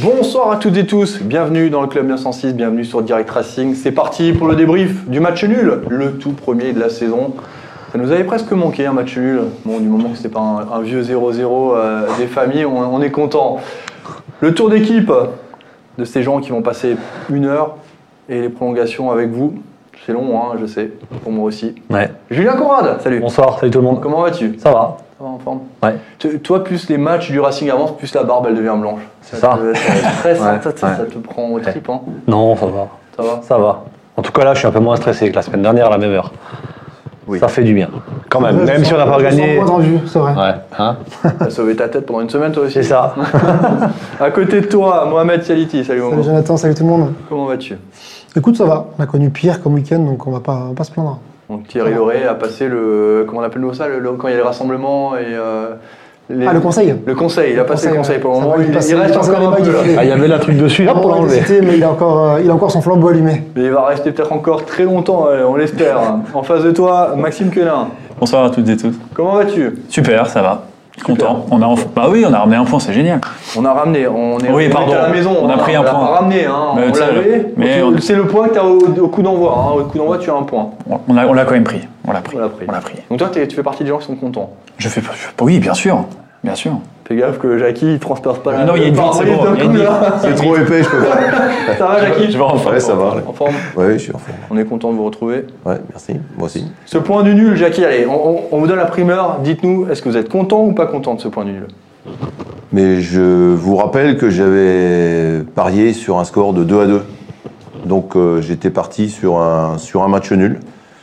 Bonsoir à toutes et tous, bienvenue dans le Club 906, bienvenue sur Direct Racing. C'est parti pour le débrief du match nul, le tout premier de la saison. Ça nous avait presque manqué un match nul, bon, du moment que c'était pas un vieux 0-0 des familles, on est content. Le tour d'équipe de ces gens qui vont passer 1 heure et les prolongations avec vous. C'est long, hein, je sais, pour moi aussi. Ouais. Julien Conrad, salut. Bonsoir, salut tout le monde. Comment vas-tu ? Ça va. Ça va en forme ? Ouais. Toi, plus les matchs du Racing avancent, plus la barbe elle devient blanche. C'est ça. Ça stresse, Ouais. ça te prend au trip. Hein. Non, ça va. Ça va ? Ça va. En tout cas, là, je suis un peu moins stressé que la semaine dernière à la même heure. Oui. Ça fait du bien. Quand même, Ouais, même si on n'a pas gagné. C'est vrai. Ouais. Hein, T'as sauvé ta tête pendant une semaine, toi aussi. c'est ça. À côté de toi, Mohamed Sialiti. Salut, Salut Momo. Jonathan, salut tout le monde. Comment vas-tu ? Écoute, ça va. On a connu pire comme week-end, donc on va pas se plaindre. Donc, Thierry Lauré a passé le. Comment on appelle nous ça quand il y a les rassemblements et. Le conseil. Le conseil, il a passé le conseil pour le Ça moment. va, Il passe- reste passe encore dans un les peu bagues, là. Ah, il y avait la truc dessus, hop, pour On l'enlever. hésité, mais il a encore son flambeau allumé. Mais il va rester peut-être encore très longtemps, on l'espère. En face de toi, Maxime Quelin. Bonsoir à toutes et tous. Comment vas-tu ? Super, ça va. Content. On a bah oui, on a ramené un point, c'est génial. On a ramené, on est Oui, pardon. à la maison. On a pris un l'a point. pas ramené, hein. Mais On tu sais, l'avait. mais C'est le point que tu as au coup d'envoi. Hein. Au coup d'envoi, tu as un point. On l'a quand même pris. On l'a pris. On l'a pris. Donc toi, tu fais partie des gens qui sont contents. Oui, bien sûr. Bien sûr. Fais gaffe que Jackie il transperce pas la. Non, il y a une vitre, c'est bon. Il y a une vitre. C'est trop épais, je peux pas. Ça va, Jackie ? Je vais en Ouais, ça va. En forme. Ouais, je suis en forme. On est content de vous retrouver. Ouais, merci. Moi aussi. Ce point du nul, Jackie, allez, on vous donne la primeur. Dites-nous, est-ce que vous êtes content ou pas content de ce point du nul ? Mais je vous rappelle que j'avais parié sur un score de 2-2. Donc j'étais parti sur un match nul.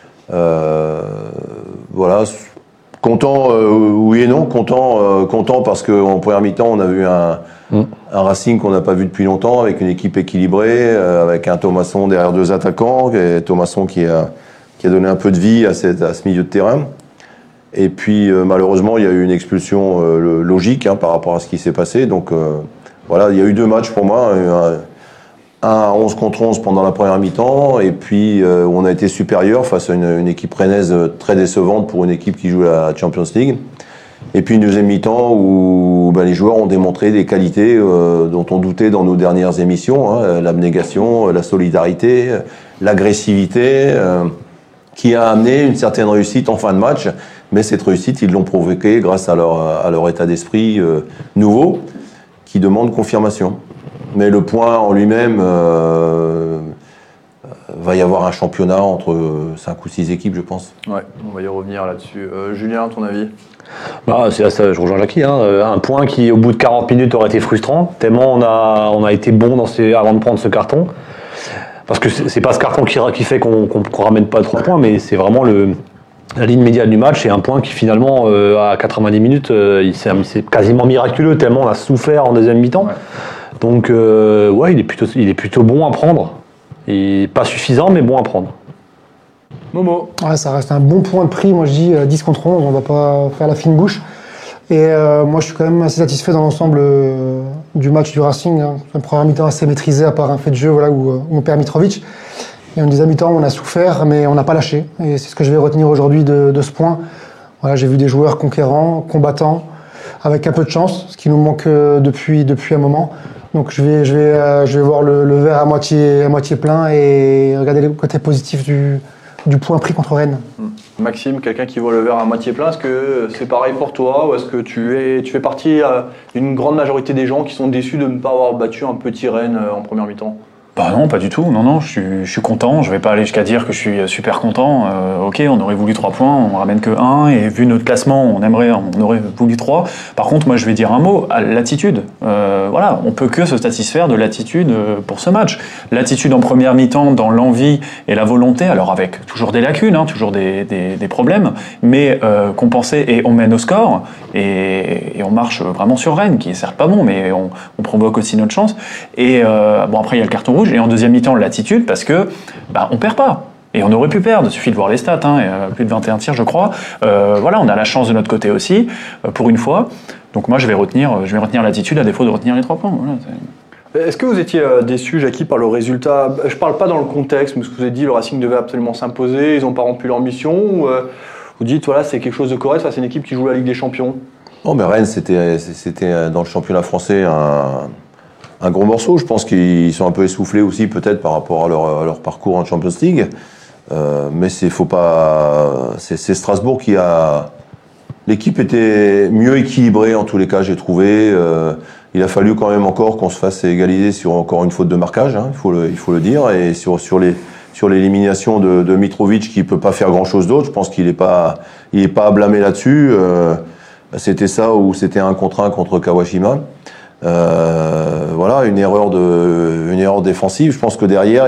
Voilà. Content, oui et non. Content parce qu'en première mi-temps, on a vu un Racing qu'on n'a pas vu depuis longtemps, avec une équipe équilibrée, avec un Thomasson derrière 2 attaquants, et Thomasson qui a donné un peu de vie à ce milieu de terrain. Et puis malheureusement, il y a eu une expulsion logique par rapport à ce qui s'est passé. Donc voilà, il y a eu 2 matchs pour moi. Un à 11 contre 11 pendant la première mi-temps, et puis où on a été supérieur face à une équipe rennaise très décevante pour une équipe qui joue la Champions League. Et puis une deuxième mi-temps où les joueurs ont démontré des qualités dont on doutait dans nos dernières émissions, l'abnégation, la solidarité, l'agressivité, qui a amené une certaine réussite en fin de match. Mais cette réussite, ils l'ont provoquée grâce à leur état d'esprit nouveau, qui demande confirmation. Mais le point en lui-même, va y avoir un championnat entre 5 ou 6 équipes, je pense. Ouais, on va y revenir là-dessus. Julien, ton avis ? C'est ça, je rejoins Jackie. Un point qui, au bout de 40 minutes, aurait été frustrant, tellement on a été bon avant de prendre ce carton. Parce que c'est pas ce carton qui fait qu'on ramène pas 3 points, mais c'est vraiment la ligne médiane du match. Et un point qui, finalement, à 90 minutes, c'est quasiment miraculeux, tellement on a souffert en deuxième mi-temps. Ouais. Donc, il est plutôt bon à prendre. Et pas suffisant, mais bon à prendre. Momo. Ouais, ça reste un bon point de prix. Moi, je dis 10 contre 11, on va pas faire la fine bouche. Et moi, je suis quand même assez satisfait dans l'ensemble du match du Racing. Une première mi-temps assez maîtrisée, à part un fait de jeu où on perd Mitrovic. Et en deuxième mi-temps, on a souffert, mais on n'a pas lâché. Et c'est ce que je vais retenir aujourd'hui de ce point. Voilà, j'ai vu des joueurs conquérants, combattants, avec un peu de chance, ce qui nous manque depuis un moment. Donc je vais voir le verre à moitié plein et regarder le côté positif du point pris contre Rennes. Maxime, quelqu'un qui voit le verre à moitié plein, est-ce que c'est pareil pour toi ou est-ce que tu fais partie d'une grande majorité des gens qui sont déçus de ne pas avoir battu un petit Rennes en première mi-temps ? Bah non, pas du tout. Non, je suis content. Je vais pas aller jusqu'à dire que je suis super content. Ok, on aurait voulu 3 points, on ramène que 1. Et vu notre classement, on aurait voulu 3. Par contre, moi, je vais dire un mot, l'attitude. Voilà, on peut que se satisfaire de l'attitude pour ce match. L'attitude en première mi-temps, dans l'envie et la volonté, alors avec toujours des lacunes, toujours des problèmes, mais compensé, et on mène au score, et on marche vraiment sur Rennes, qui est certes pas bon, mais on provoque aussi notre chance. Et après, il y a le carton rouge. Et en deuxième mi-temps, l'attitude, parce que on perd pas. Et on aurait pu perdre, il suffit de voir les stats, plus de 21 tirs, je crois. Voilà, on a la chance de notre côté aussi, pour une fois. Donc moi, je vais retenir l'attitude à défaut de retenir les 3 points. Voilà. Est-ce que vous étiez déçu, Jackie, par le résultat ? Je parle pas dans le contexte, mais ce que vous avez dit, le Racing devait absolument s'imposer, ils n'ont pas rempli leur mission, ou vous dites, voilà, c'est quelque chose de correct, c'est une équipe qui joue la Ligue des Champions ? Non, mais Rennes, c'était dans le championnat français un gros morceau. Je pense qu'ils sont un peu essoufflés aussi, peut-être par rapport à leur parcours en Champions League. Mais c'est Strasbourg qui a. L'équipe était mieux équilibrée en tous les cas, j'ai trouvé. Il a fallu quand même encore qu'on se fasse égaliser sur encore une faute de marquage, hein, il faut le dire, et sur l'élimination de Mitrovic qui peut pas faire grand chose d'autre. Je pense qu'il est pas à blâmer là-dessus. C'était ça ou c'était un contre 1 contre Kawashima. Voilà, une erreur défensive. Je pense que derrière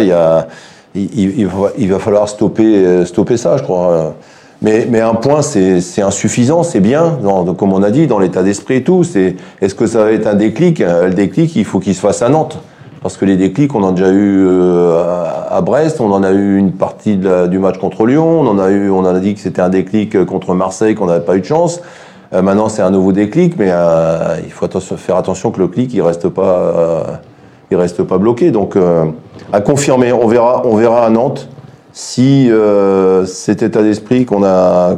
il va falloir stopper ça, je crois. Mais un point, c'est insuffisant, c'est bien, comme on a dit, dans l'état d'esprit et tout. Est-ce que ça va être un déclic? Le déclic, il faut qu'il se fasse à Nantes. Parce que les déclics, on en a déjà eu à Brest, on en a eu une partie du match contre Lyon, on en a dit que c'était un déclic contre Marseille, qu'on n'avait pas eu de chance. Maintenant, c'est un nouveau déclic, mais il faut faire attention que le clic, il reste pas bloqué. Donc, à confirmer, on verra à Nantes. Si cet état d'esprit qu'on a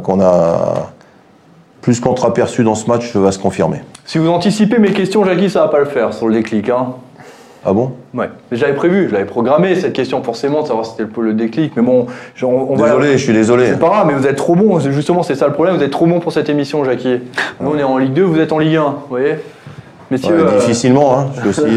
plus qu'entreaperçu dans ce match va se confirmer. Si vous anticipez mes questions, Jackie, ça va pas le faire sur le déclic. Hein. Ah bon? Ouais. Mais j'avais programmé cette question forcément, de savoir si c'était le déclic. Mais bon, je suis désolé. C'est pas grave, mais vous êtes trop bon. Justement, c'est ça le problème. Vous êtes trop bon pour cette émission, Jackie. Nous, on est en Ligue 2, vous êtes en Ligue 1. Vous voyez? Messieurs, difficilement, hein.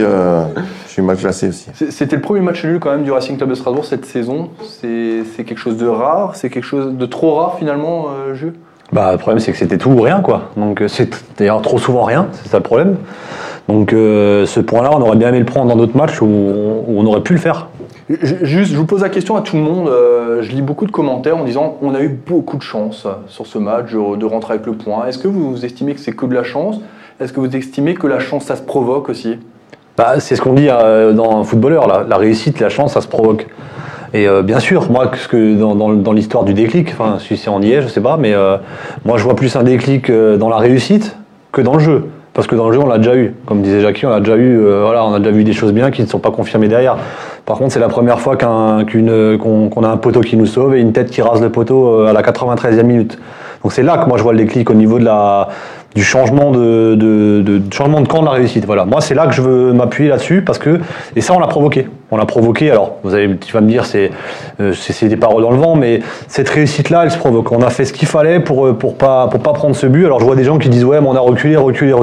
Je suis mal classé aussi. C'était le premier match nul quand même du Racing Club de Strasbourg cette saison. C'est quelque chose de rare, c'est quelque chose de trop rare finalement, Jules. Le problème c'est que c'était tout ou rien quoi. Donc c'est d'ailleurs trop souvent rien, c'est ça le problème. Donc ce point-là, on aurait bien aimé le prendre dans d'autres matchs où on aurait pu le faire. Juste, je vous pose la question à tout le monde. Je lis beaucoup de commentaires en disant on a eu beaucoup de chance sur ce match de rentrer avec le point. Est-ce que vous estimez que c'est que de la chance? Est-ce que vous estimez que la chance, ça se provoque aussi? C'est ce qu'on dit dans un footballeur, la réussite, la chance, ça se provoque. Et bien sûr, moi, dans l'histoire du déclic, enfin, si on y est, je sais pas, mais moi je vois plus un déclic dans la réussite que dans le jeu. Parce que dans le jeu, on l'a déjà eu. Comme disait Jackie, on a déjà vu des choses bien qui ne sont pas confirmées derrière. Par contre, c'est la première fois qu'on a un poteau qui nous sauve et une tête qui rase le poteau à la 93e minute. Donc c'est là que moi je vois le déclic au niveau du changement changement de camp de la réussite. Voilà. Moi, c'est là que je veux m'appuyer là-dessus et ça, on l'a provoqué. Alors, tu vas me dire, c'est des paroles dans le vent, mais cette réussite-là, elle se provoque. On a fait ce qu'il fallait pour pas prendre ce but. Alors, je vois des gens qui disent, ouais, mais on a reculé.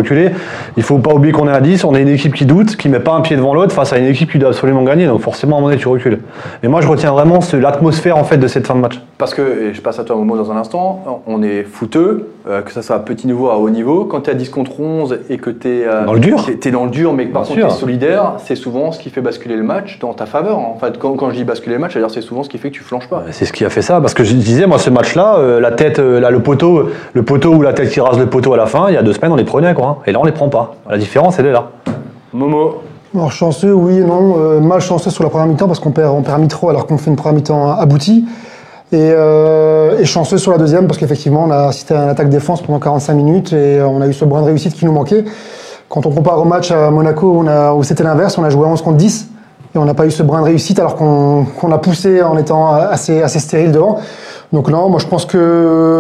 Il faut pas oublier qu'on est à 10. On est une équipe qui doute, qui met pas un pied devant l'autre face à une équipe qui doit absolument gagner. Donc, forcément, à un moment donné, tu recules. Mais moi, je retiens vraiment l'atmosphère, en fait, de cette fin de match. Parce que, et je passe à toi, Momo, dans un instant, on est footeux, que ça soit à petit niveau, à haut niveau. Quand tu es à 10 contre 11 et que tu es dans le dur, t'es dans le dur, mais que par contre tu es solidaire, c'est souvent ce qui fait basculer le match dans ta faveur. En fait, quand je dis basculer le match, c'est-à-dire c'est souvent ce qui fait que tu flanches pas. C'est ce qui a fait ça, parce que je disais, moi, ce match-là, la tête, le poteau ou la tête qui rase le poteau à la fin, il y a 2 semaines, on les prenait, quoi. Et là, on les prend pas. La différence, elle est là. Momo. Alors, chanceux, oui et non. Mal chanceux sur la première mi-temps parce qu'on perd à mi-trop alors qu'on fait une première mi-temps aboutie. Et chanceux sur la deuxième parce qu'effectivement, on a assisté à une attaque-défense pendant 45 minutes et on a eu ce brin de réussite qui nous manquait. Quand on compare au match à Monaco où c'était l'inverse, on a joué 11 contre 10 et on n'a pas eu ce brin de réussite alors qu'on a poussé en étant assez stérile devant. Donc non, moi je pense que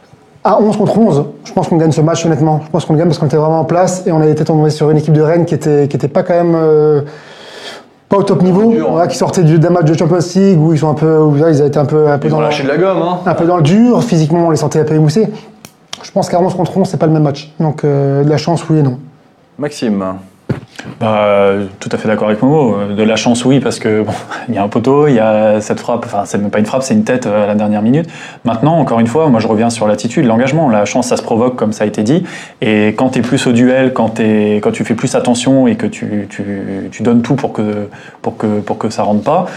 à 11 contre 11, je pense qu'on gagne ce match honnêtement. Je pense qu'on le gagne parce qu'on était vraiment en place et on a été tombé sur une équipe de Rennes qui était pas quand même pas au top niveau, qui sortait d'un match de Champions League où ils avaient été un peu dans lâché de la gomme, hein. Un peu dans le dur. Physiquement, on les sentait un peu émoussés. Je pense qu'à 11 contre 11, c'est pas le même match. Donc de la chance, oui et non. Maxime. Tout à fait d'accord avec Momo. De la chance, oui, parce que il y a un poteau, il y a cette frappe, enfin c'est même pas une frappe, c'est une tête à la dernière minute. Maintenant, encore une fois, moi je reviens sur l'attitude, l'engagement. La chance, ça se provoque, comme ça a été dit. Et quand t'es plus au duel, quand tu fais plus attention et que tu donnes tout pour que ça rentre pas,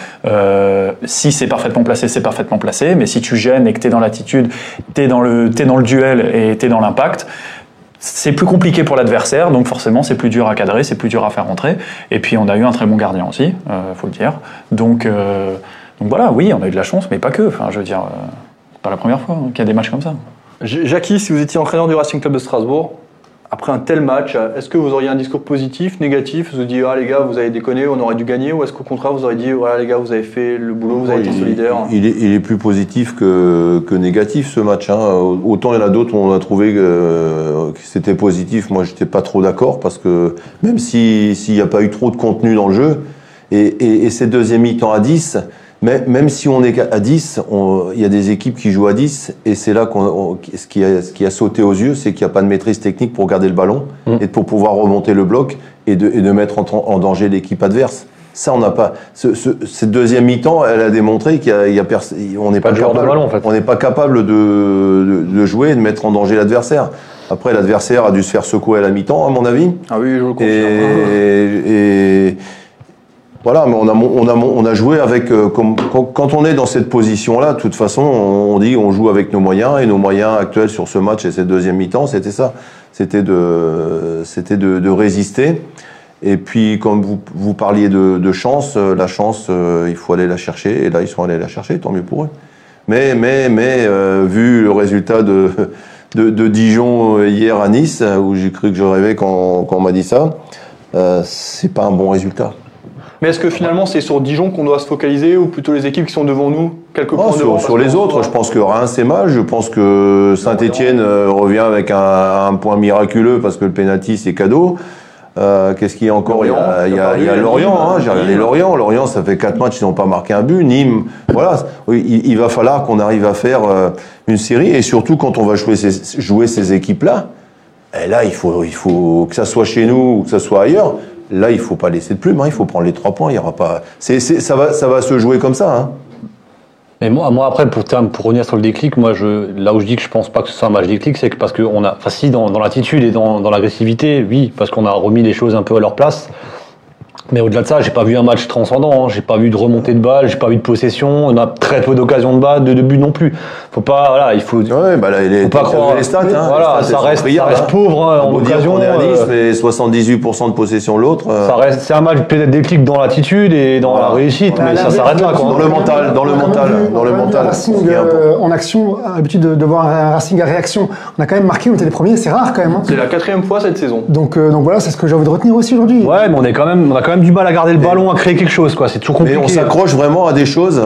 si c'est parfaitement placé, c'est parfaitement placé. Mais si tu gênes et que t'es dans l'attitude, t'es dans le duel et t'es dans l'impact, c'est plus compliqué pour l'adversaire, donc forcément c'est plus dur à cadrer, c'est plus dur à faire rentrer. Et puis on a eu un très bon gardien aussi, faut le dire. Donc voilà, oui, on a eu de la chance, mais pas que. Enfin, je veux dire, pas la première fois qu'il y a des matchs comme ça. Jackie, si vous étiez entraîneur du Racing Club de Strasbourg, après un tel match, est-ce que vous auriez un discours positif, négatif, vous dites, ah les gars, vous avez déconné, on aurait dû gagner, ou est-ce qu'au contraire, vous auriez dit, voilà les gars, vous avez fait le boulot, vous avez été solidaires? Il est plus positif que négatif ce match. Hein. Autant il y en a d'autres où on a trouvé que c'était positif, moi j'étais pas trop d'accord, parce que même s'il n'y a pas eu trop de contenu dans le jeu, et cette deuxième mi-temps à 10, même si on est à 10, il y a des équipes qui jouent à 10, et c'est là ce qui a sauté aux yeux, c'est qu'il n'y a pas de maîtrise technique pour garder le ballon et pour pouvoir remonter le bloc et de mettre en danger l'équipe adverse. Ça, on n'a pas. Cette deuxième mi-temps, elle a démontré on n'est pas capable. De ballon, en fait. On n'est pas capable de jouer et de mettre en danger l'adversaire. Après, l'adversaire a dû se faire secouer à la mi-temps, à mon avis. Ah oui, je le confirme. Et voilà, mais on a joué avec quand on est dans cette position-là, de toute façon, on dit on joue avec nos moyens, et nos moyens actuels sur ce match et cette deuxième mi-temps, c'était ça, c'était de résister. Et puis, comme vous parliez de chance, la chance, il faut aller la chercher, et là ils sont allés la chercher, tant mieux pour eux. Mais vu le résultat de Dijon hier à Nice, où j'ai cru que je rêvais quand on m'a dit ça, c'est pas un bon résultat. Mais est-ce que finalement c'est sur Dijon qu'on doit se focaliser, ou plutôt les équipes qui sont devant nous, quelques points devant? Sur les autres, je pense que Reims c'est mal, je pense que Saint-Etienne revient avec un point miraculeux parce que le penalty c'est cadeau. Qu'est-ce qu'il y a encore? Il y a Lorient, hein, j'ai regardé Lorient. Lorient, ça fait 4 matchs, ils n'ont pas marqué un but. Nîmes, voilà. Il va falloir qu'on arrive à faire une série, et surtout quand on va jouer ces équipes-là, et là il faut que ça soit chez nous ou que ça soit ailleurs. Là, il ne faut pas laisser de plume, hein, il faut prendre les 3 points. Il y aura pas. Ça va se jouer comme ça. Hein. Mais moi après, pour revenir sur le déclic, là où je dis que je pense pas que ce soit un match déclic, c'est que parce qu'on a, enfin si, dans l'attitude et dans l'agressivité, oui, parce qu'on a remis les choses un peu à leur place. Mais au-delà de ça, j'ai pas vu un match transcendant. Hein. J'ai pas vu de remontée de balle, j'ai pas vu de possession. On a très peu d'occasions de balle, de but non plus. Faut pas, voilà, il faut. Ouais, bah là, faut pas croire les stats. Hein, voilà, les stats, ça reste pauvre hein, en occasion. On est à 10, mais 78% de possession l'autre. Ça reste, c'est un match peut-être déclic dans l'attitude et dans la réussite, mais ça s'arrête là, quoi. Dans le mental. Racing en action, a l'habitude de voir un Racing à réaction. On a quand même marqué, on était les premiers, c'est rare quand même. Hein. C'est la 4e fois cette saison. Donc voilà, c'est ce que j'ai envie de retenir aussi aujourd'hui. Ouais, mais on a quand même du mal à garder le ballon, à créer quelque chose, quoi. C'est toujours compliqué. Mais on s'accroche vraiment à des choses.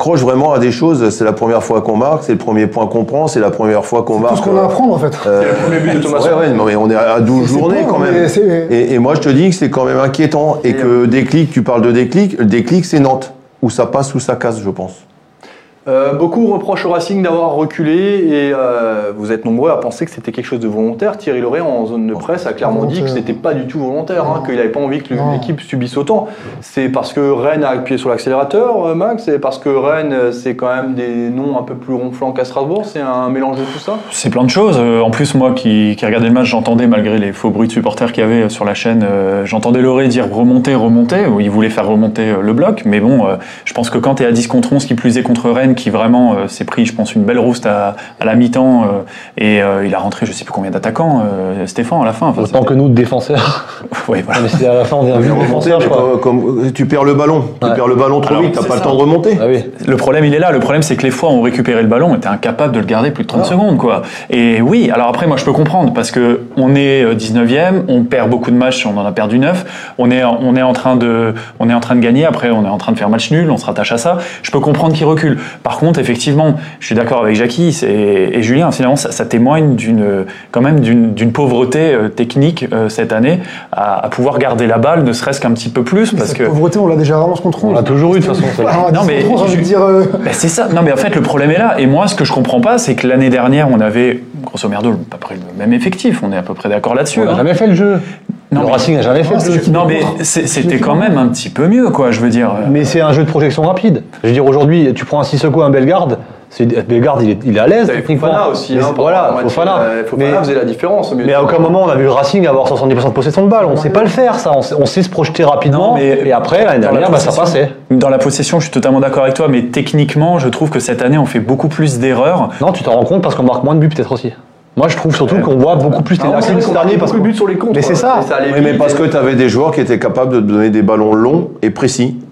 C'est la première fois qu'on marque, c'est le premier point qu'on prend, c'est la première fois qu'on marque. C'est tout ce qu'on a à apprendre en fait. C'est le premier but de Thomas. Mais on est à 12 journées quand même. Et moi je te dis que c'est quand même inquiétant. Et que déclic, tu parles de déclic. Le déclic, c'est Nantes, où ça passe ou ça casse, je pense. Beaucoup reprochent au Racing d'avoir reculé, et vous êtes nombreux à penser que c'était quelque chose de volontaire. Thierry Laurey, en zone de presse, a clairement dit que c'était pas du tout volontaire, hein, qu'il n'avait pas envie que l'équipe subisse autant. C'est parce que Rennes a appuyé sur l'accélérateur, Max? C'est parce que Rennes, c'est quand même des noms un peu plus ronflants qu'à Strasbourg? C'est un mélange de tout ça? C'est plein de choses. En plus, moi qui regardais le match, j'entendais, malgré les faux bruits de supporters qu'il y avait sur la chaîne, j'entendais Laurey dire remonter, où il voulait faire remonter le bloc. Mais bon, je pense que quand tu es à 10 contre 11, qui plus est contre Rennes, qui vraiment s'est pris, je pense, une belle rouste à la mi-temps, et il a rentré je sais plus combien d'attaquants, Stéphane, à la fin. Enfin, autant que nous de défenseurs. Oui, voilà. Mais c'est à la fin, on est un vu défenseur, je crois. Comme tu perds le ballon, trop vite, t'as pas le temps de remonter. Ah oui. Le problème, il est là. Le problème, c'est que les fois où on récupérait le ballon, on était incapable de le garder plus de 30 secondes, quoi. Et oui, alors après, moi, je peux comprendre, parce que on est 19e, on perd beaucoup de matchs, on en a perdu 9, on est en train de gagner, après, on est en train de faire match nul, on se rattache à ça. Je peux comprendre qu'il recule. Par contre, effectivement, je suis d'accord avec Jackie et Julien, finalement, ça témoigne quand même d'une pauvreté technique cette année, à pouvoir garder la balle, ne serait-ce qu'un petit peu plus, parce que... pauvreté, on l'a déjà vraiment ce contre 11. On l'a toujours eu, de toute façon. Non, mais c'est ça. Non, mais en fait, le problème est là. Et moi, ce que je comprends pas, c'est que l'année dernière, on avait, grosso merdo, à peu près le même effectif. On est à peu près d'accord là-dessus. On n'a jamais fait le jeu. Non, le Racing n'a jamais fait le jeu. Non, mais c'était quand même un petit peu mieux, quoi, je veux dire. Mais c'est un jeu de projection rapide. Je veux dire, aujourd'hui, tu prends un Sissoko, un Bellegarde. Bellegarde, il est à l'aise. Fofana aussi. Hein, voilà, Fofana. Fofana faisait la différence. Mais à aucun moment, on a vu le Racing avoir 70% de possession de balle. On ne sait pas le faire, ça. On sait se projeter rapidement. Et après, l'année dernière, ça passait. Dans la possession, je suis totalement d'accord avec toi. Mais techniquement, je trouve que cette année, on fait beaucoup plus d'erreurs. Non, tu t'en rends compte parce qu'on marque moins de buts, peut-être aussi. Moi, je trouve surtout qu'on voit beaucoup plus les actions ces derniers parce que buts sur les contres. Mais c'est ça. Oui, mais parce que tu avais des joueurs qui étaient capables de donner des ballons longs et précis.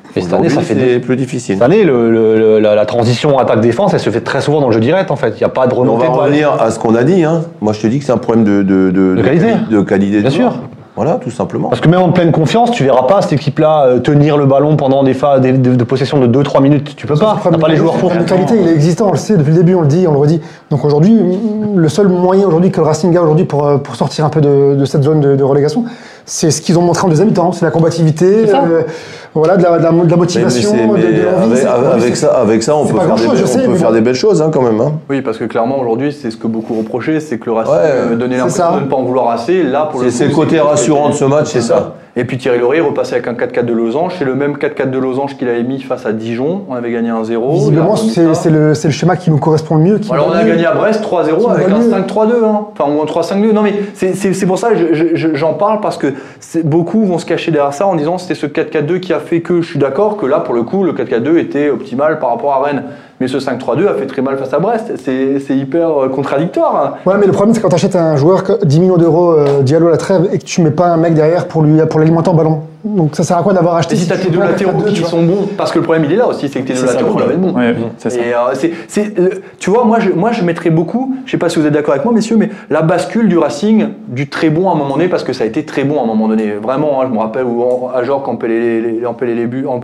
Et cette année, ça fait c'est plus difficile. Cette année, la transition attaque-défense, elle se fait très souvent dans le jeu direct, en fait. Il n'y a pas de On remontée. va revenir à ce qu'on a dit. Hein. Moi, je te dis que c'est un problème de qualité. De qualité. Bien sûr. Voilà, tout simplement. Parce que même en pleine confiance, tu verras pas cette équipe-là tenir le ballon pendant des phases de possession de 2-3 minutes. Tu peux pas. T'as pas les joueurs pour. La qualité, il est existant, on le sait depuis le début, on le dit, on le redit. Donc aujourd'hui, le seul moyen aujourd'hui que le Racing a aujourd'hui pour sortir un peu de cette zone de relégation, c'est ce qu'ils ont montré en deuxième temps. C'est la combativité, voilà, de la motivation, de l'envie. Avec ça, on peut faire des belles choses hein, quand même. Hein. Oui, parce que clairement aujourd'hui, c'est ce que beaucoup reprochaient, c'est que le Racing donnait l'impression de ne pas en vouloir assez. Là, pour c'est le côté rassurant de ce match, c'est ça. Et puis Thierry Laurier repassait avec un 4-4 de losange. C'est le même 4-4 de losange qu'il avait mis face à Dijon. On avait gagné 1-0. Visiblement, c'est le schéma qui nous correspond le mieux. Alors on a gagné à Brest 3-0 avec un 5-3-2. Hein. Enfin, ou un 3-5-2. Non, mais c'est pour ça que j'en parle parce que beaucoup vont se cacher derrière ça en disant que c'était ce 4-4-2 qui a fait que je suis d'accord que là, pour le coup, le 4-4-2 était optimal par rapport à Rennes. Mais ce 5-3-2 a fait très mal face à Brest. C'est hyper contradictoire. Hein. Ouais, mais le problème, c'est quand tu achètes un joueur 10 millions d'euros Diallo à la trêve et que tu mets pas un mec derrière pour l'alimenter en ballon. Donc ça sert à quoi d'avoir acheté si tu as tes deux latéraux qui sont bons, parce que le problème il est là aussi, c'est que tes deux latéraux doivent être bons. Ouais, c'est ça. Et tu vois, moi je mettrais beaucoup, je sais pas si vous êtes d'accord avec moi messieurs, mais la bascule du Racing, du très bon à un moment donné, parce que ça a été très bon à un moment donné. Vraiment, hein, je me rappelle où Ajorc empilait les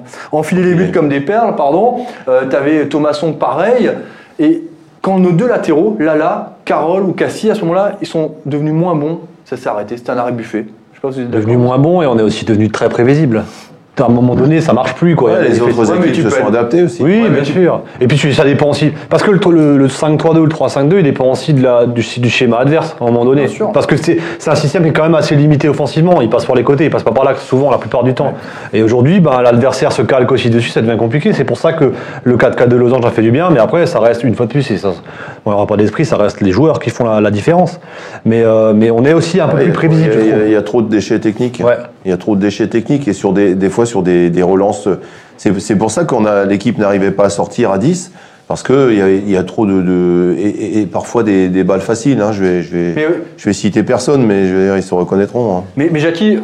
buts comme des perles, pardon. T'avais Thomasson pareil, et quand nos deux latéraux, Lala, Carole ou Cassie, à ce moment-là, ils sont devenus moins bons, ça s'est arrêté, c'était un arrêt buffet. Devenu moins bon et on est aussi devenu très prévisible. À un moment donné, ça marche plus quoi. Les autres équipes se sont adaptées aussi. Oui, bien sûr. Et puis ça dépend aussi, parce que le 5-3-2 ou le 3-5-2, il dépend aussi du schéma adverse à un moment donné. Parce que c'est un système qui est quand même assez limité offensivement. Il passe par les côtés, il passe pas par là souvent la plupart du temps. Et aujourd'hui, l'adversaire se calque aussi dessus, ça devient compliqué. C'est pour ça que le 4-4 de Losange a fait du bien, mais après ça reste une fois de plus, on n'aura pas d'esprit, ça reste les joueurs qui font la différence. Mais on est aussi un peu plus prévisible. Il y a trop de déchets techniques. Ouais. Il y a trop de déchets techniques et sur des fois sur des relances. C'est pour ça l'équipe n'arrivait pas à sortir à 10 parce que il y a trop et parfois des balles faciles. Hein. Je vais citer personne, mais je veux dire, ils se reconnaîtront. Hein. Mais Jackie,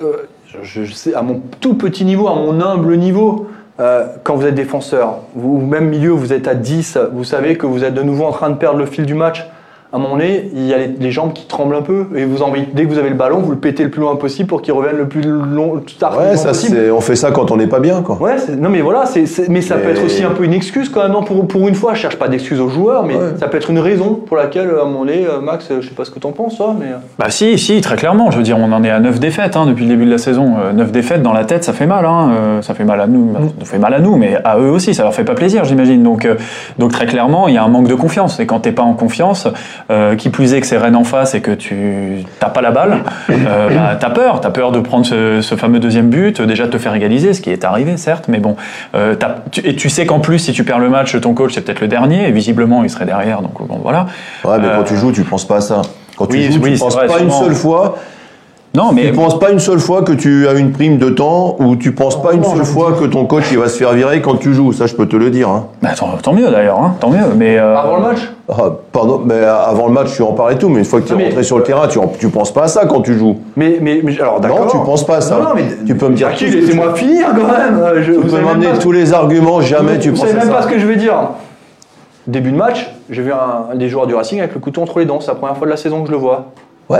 je sais à mon tout petit niveau, à mon humble niveau. Quand vous êtes défenseur, ou même milieu, vous êtes à 10, vous savez que vous êtes de nouveau en train de perdre le fil du match. À un moment donné, il y a les jambes qui tremblent un peu et dès que vous avez le ballon, vous le pétez le plus loin possible pour qu'il revienne le plus tard possible. On fait ça quand on n'est pas bien, quoi. Ouais, non mais voilà, mais ça peut être aussi un peu une excuse quand même. Non, pour une fois, je cherche pas d'excuse aux joueurs, mais ça peut être une raison pour laquelle, à un moment donné, Max, je sais pas ce que t'en penses, ça, mais. Bah si, très clairement. Je veux dire, on en est à 9 défaites depuis le début de la saison. 9 défaites dans la tête, ça fait mal. Ça fait mal à nous, ça fait mal à nous, mais à eux aussi, ça leur fait pas plaisir, j'imagine. Donc très clairement, il y a un manque de confiance. Et quand t'es pas en confiance, qui plus est que c'est Rennes en face et que tu t'as pas la balle, t'as peur de prendre ce fameux deuxième but, déjà de te faire égaliser, ce qui est arrivé certes, mais bon, et tu sais qu'en plus si tu perds le match, ton coach c'est peut-être le dernier, et visiblement il serait derrière, donc bon voilà. Ouais, mais quand tu joues, tu penses pas à ça. Quand tu joues, tu penses vrai, pas une seule fois. Non, mais tu penses pas une seule fois que tu as une prime de temps, ou tu penses pas une seule fois que ton coach il va se faire virer quand tu joues. Ça, je peux te le dire. Hein. Bah, tant mieux d'ailleurs, tant mieux. Mais avant le match. Pardon, mais avant le match, tu en parlais tout, mais une fois que tu es rentré sur le terrain, tu penses pas à ça quand tu joues. Mais alors d'accord. Non, tu penses pas à ça. Non, mais tu peux me dire. Laissez-moi finir quand même. Tu peux m'amener tous les arguments, jamais tu penses à ça. Vous savez même pas ce que je vais dire. Début de match, j'ai vu des joueurs du Racing avec le couteau entre les dents. C'est la première fois de la saison que je le vois. Ouais,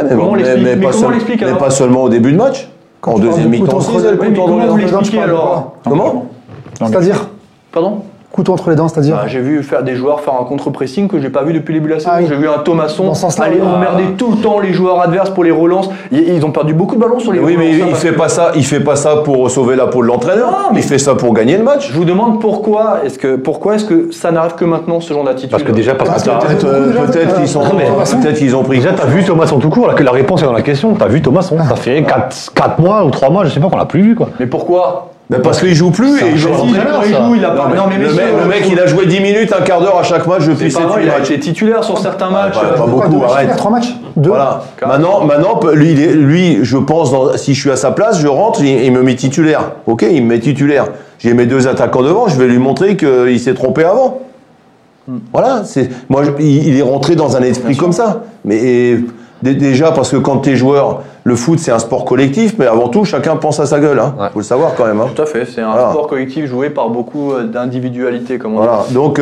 mais pas seulement au début de match. En deuxième mi-temps, comment vous l'expliquez alors? Comment? C'est-à-dire? Pardon? Couteau entre les dents, c'est-à-dire j'ai vu des joueurs faire un contre-pressing que j'ai pas vu depuis le début de la saison. Oui. J'ai vu un Thomasson aller emmerder tout le temps les joueurs adverses pour les relances. Ils ont perdu beaucoup de ballons sur les relances. Oui, mais il fait pas ça pour sauver la peau de l'entraîneur. Non, mais il fait ça pour gagner le match. Je vous demande pourquoi est-ce que ça n'arrive que maintenant ce genre d'attitude? Parce que peut-être qu'ils ont pris. Déjà, t'as vu Thomasson tout court, la réponse est dans la question. T'as vu Thomasson? Ça fait 4 mois ou 3 mois, je sais pas, qu'on l'a plus vu quoi. Mais pourquoi? Parce qu'il joue plus et il joue il a pas. Le mec, il a joué 10 minutes, un quart d'heure à chaque match depuis 7 il a été titulaire sur certains matchs. Pas beaucoup, arrête. 3 matchs 2. Voilà. Maintenant, lui, je pense, si je suis à sa place, je rentre, il me met titulaire. Ok, il me met titulaire. J'ai mes 2 attaquants devant, je vais lui montrer qu'il s'est trompé avant. Voilà. Il est rentré dans un esprit comme ça. Mais Déjà parce que quand t'es joueur, le foot c'est un sport collectif, mais avant tout chacun pense à sa gueule. Ouais. Faut le savoir quand même. Tout à fait, c'est un sport collectif joué par beaucoup d'individualités, comme on dit. Donc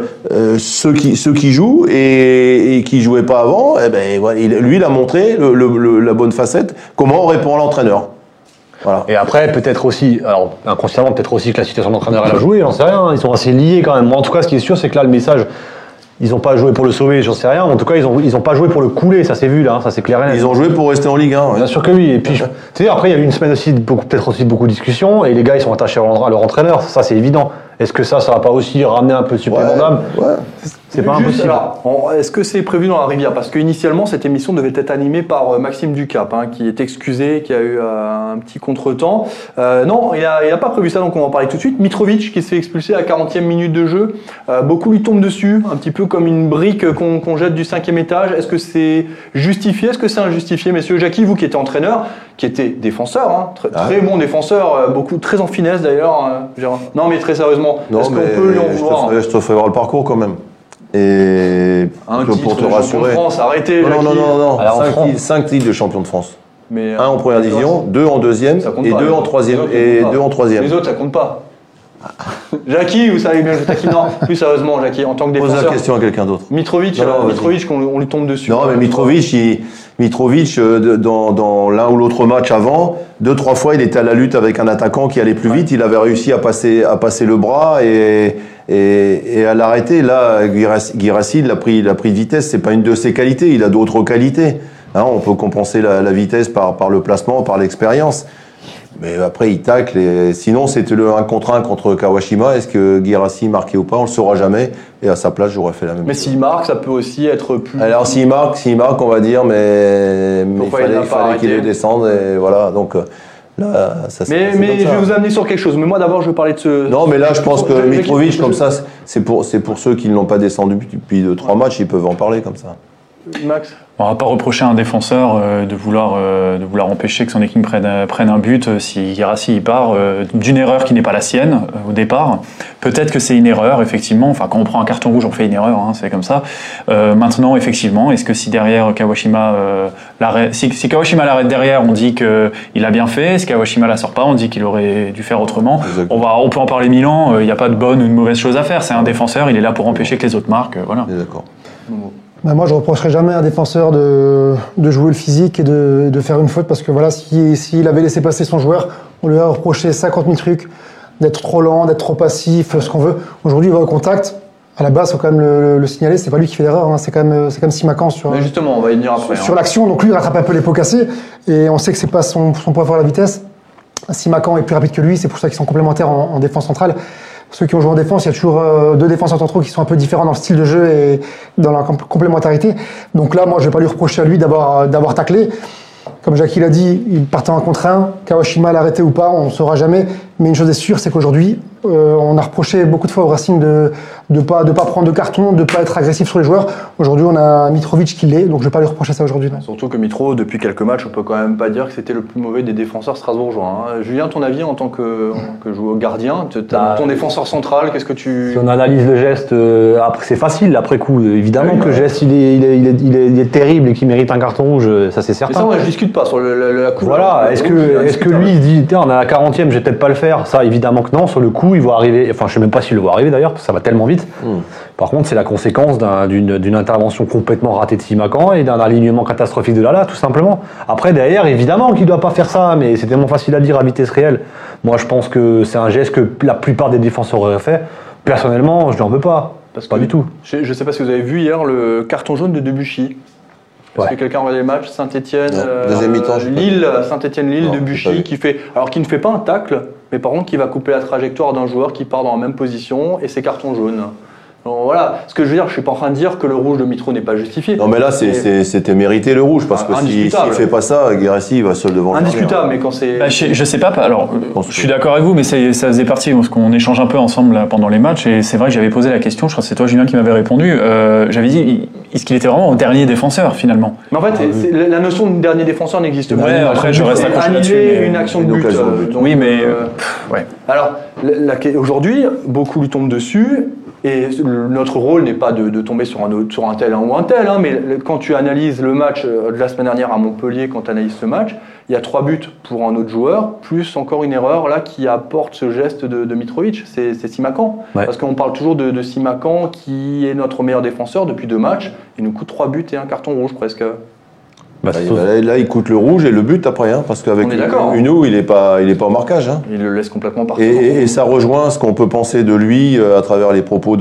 ceux qui jouent et qui jouaient pas avant, eh ben voilà, lui il a montré la bonne facette. Comment on répond à l'entraîneur. Voilà. Et après, peut-être aussi, alors inconsciemment, peut-être aussi que la situation d'entraîneur elle a joué, j'en sais rien. Ils sont assez liés quand même. Moi, en tout cas, ce qui est sûr, c'est que là, le message, ils n'ont pas joué pour le sauver, j'en sais rien. En tout cas, ils ont pas joué pour le couler, ça s'est vu là, ça c'est clair et net. Ils ont joué pour rester en Ligue 1. Ouais. Bien sûr que oui. Et puis, tu sais, après, il y a eu une semaine aussi, peut-être aussi de beaucoup de discussions, et les gars, ils sont attachés à leur entraîneur. Ça, c'est évident. Est-ce que ça va pas aussi ramener un peu de supplément d'âme? C'est pas Juste, impossible. alors, est-ce que c'est prévu dans la rivière? Parce qu'initialement, cette émission devait être animée par Maxime Ducap, qui est excusé, qui a eu un petit contretemps. Non, il a pas prévu ça, donc on va en parler tout de suite. Mitrovic, qui se fait expulser à la 40e minute de jeu. Beaucoup lui tombent dessus, un petit peu comme une brique qu'on jette du 5e étage. Est-ce que c'est justifié? Est-ce que c'est injustifié? Messieurs, Jackie, vous qui étiez entraîneur, qui était défenseur, très bon défenseur, très en finesse d'ailleurs. Non, mais très sérieusement, est-ce qu'on peut lui en vouloir? Je te ferai voir le parcours quand même. Et pour te rassurer. De France, arrêtez. Non. 5 titres de champion de France. Mais, 1 en première division, 2 en deuxième et 2 en troisième. Les autres, ça compte pas. Jackie, vous savez bien, je taquine. Non, plus sérieusement, Jackie, en tant que défenseur. Pose la question à quelqu'un d'autre. Mitrovic, on lui tombe dessus. Non, mais Mitrovic, dans l'un ou l'autre match avant, 2-3 fois, il était à la lutte avec un attaquant qui allait plus vite. Il avait réussi à passer le bras et à l'arrêter. Là, Guirassy, il a pris de vitesse. C'est pas une de ses qualités. Il a d'autres qualités. On peut compenser la vitesse par le placement, par l'expérience. Mais après, il tacle. Sinon, c'était le 1 contre 1 contre Kawashima. Est-ce que Guirassy marquait ou pas? On le saura jamais. Et à sa place, j'aurais fait la même chose. Mais s'il marque, ça peut aussi être plus... Alors, s'il marque, on va dire, mais il fallait qu'il le descende. Et voilà, donc... Là, ça, mais je vais vous amener sur quelque chose. Mais moi, d'abord, je veux parler de ce... Non, mais là, je pense que Mitrovic, comme ça, c'est pour ceux qui ne l'ont pas descendu depuis 2-3 matchs, ils peuvent en parler comme ça. Max? On va pas reprocher à un défenseur de vouloir empêcher que son équipe prenne un but si Guirassy part d'une erreur qui n'est pas la sienne au départ. Peut-être que c'est une erreur, effectivement. Enfin, quand on prend un carton rouge, on fait une erreur, c'est comme ça. Maintenant, effectivement, est-ce que si derrière Kawashima si Kawashima l'arrête derrière, on dit qu'il a bien fait. Si Kawashima la sort pas, on dit qu'il aurait dû faire autrement. On peut en parler 1000 ans. Il n'y a pas de bonne ou de mauvaise chose à faire. C'est un défenseur. Il est là pour empêcher que les autres marquent. Voilà. D'accord. Moi, je reprocherais jamais à un défenseur de jouer le physique et de faire une faute, parce que voilà, s'il avait laissé passer son joueur, on lui a reproché 50 000 trucs, d'être trop lent, d'être trop passif, ce qu'on veut. Aujourd'hui, il va au contact. À la base, il faut quand même le signaler, c'est pas lui qui fait l'erreur, c'est quand même Simakan Mais justement, on va y venir après. Sur l'action, donc lui, il rattrape un peu les pots cassés, et on sait que c'est pas son point fort, la vitesse. Simakan est plus rapide que lui, c'est pour ça qu'ils sont complémentaires en défense centrale. Ceux qui ont joué en défense, il y a toujours 2 défenseurs centraux qui sont un peu différents dans le style de jeu et dans la complémentarité. Donc là, moi, je vais pas lui reprocher à lui d'avoir taclé. Comme Jackie l'a dit, il partait en contre 1. Kawashima l'a arrêté ou pas, on ne saura jamais. Mais une chose est sûre, c'est qu'aujourd'hui, on a reproché beaucoup de fois au Racing de pas prendre de carton, de pas être agressif sur les joueurs. Aujourd'hui, on a Mitrovic qui l'est, donc je ne vais pas lui reprocher ça aujourd'hui. Surtout que Mitro, depuis quelques matchs, on peut quand même pas dire que c'était le plus mauvais des défenseurs strasbourgeois. Julien, ton avis en tant que joueur gardien, ton défenseur central, qu'est-ce que tu... Si on analyse le geste, c'est facile après coup. Évidemment que le geste il est terrible et qu'il mérite un carton rouge, ça c'est certain. Mais ça, je discute pas sur la coupe. Voilà, est-ce que lui il se dit, tiens, on est à la 40e, je vais peut-être pas le faire? Ça, évidemment que non. Sur le coup, il va arriver, enfin, je sais même pas s'il le voit arriver d'ailleurs, parce que ça va tellement vite. Par contre, c'est la conséquence d'une intervention complètement ratée de Simakan et d'un alignement catastrophique de Lala, tout simplement. Après, derrière, évidemment qu'il doit pas faire ça, mais c'est tellement facile à dire à vitesse réelle. Moi, je pense que c'est un geste que la plupart des défenseurs auraient fait. Personnellement, je n'en veux pas. Pas du tout. Je sais pas si vous avez vu hier le carton jaune de Debuchy. Est-ce que quelqu'un regarde les matchs? Saint-Etienne, Lille, Saint-Etienne-Lille, Debuchy, qui ne fait pas un tacle, mais par contre qui va couper la trajectoire d'un joueur qui part dans la même position, et c'est carton jaune. Donc voilà, ce que je veux dire, je suis pas en train de dire que le rouge de Mitro n'est pas justifié. Non mais là c'était mérité le rouge, parce que s'il fait pas ça, Guirassy va seul devant le gardien. Indiscutable, mais quand c'est... je sais pas, alors je suis d'accord avec vous, mais ça faisait partie, parce qu'on échange un peu ensemble là, pendant les matchs, et c'est vrai que j'avais posé la question, je crois que c'est toi Julien qui m'avait répondu, j'avais dit, est-ce qu'il était vraiment au dernier défenseur finalement? Mais en fait, la notion de dernier défenseur n'existe pas. Ouais, après je reste accroché là-dessus. Une action de but. Oui, mais... ouais. Alors, aujourd'hui, beaucoup lui tombent dessus. Et notre rôle n'est pas de tomber sur un tel ou un tel, hein, mais quand tu analyses le match de la semaine dernière à Montpellier, quand tu analyses ce match, il y a 3 buts pour un autre joueur, plus encore une erreur là qui apporte ce geste de Mitrovic, c'est Simakan. Ouais. Parce qu'on parle toujours de Simakan qui est notre meilleur défenseur depuis 2 matchs, il nous coûte 3 buts et un carton rouge presque. Là, il coûte le rouge et le but après, hein, parce qu'avec On est d'accord, Uno, il est pas au marquage. Hein. Il le laisse complètement partir. Et ça rejoint ce qu'on peut penser de lui à travers les propos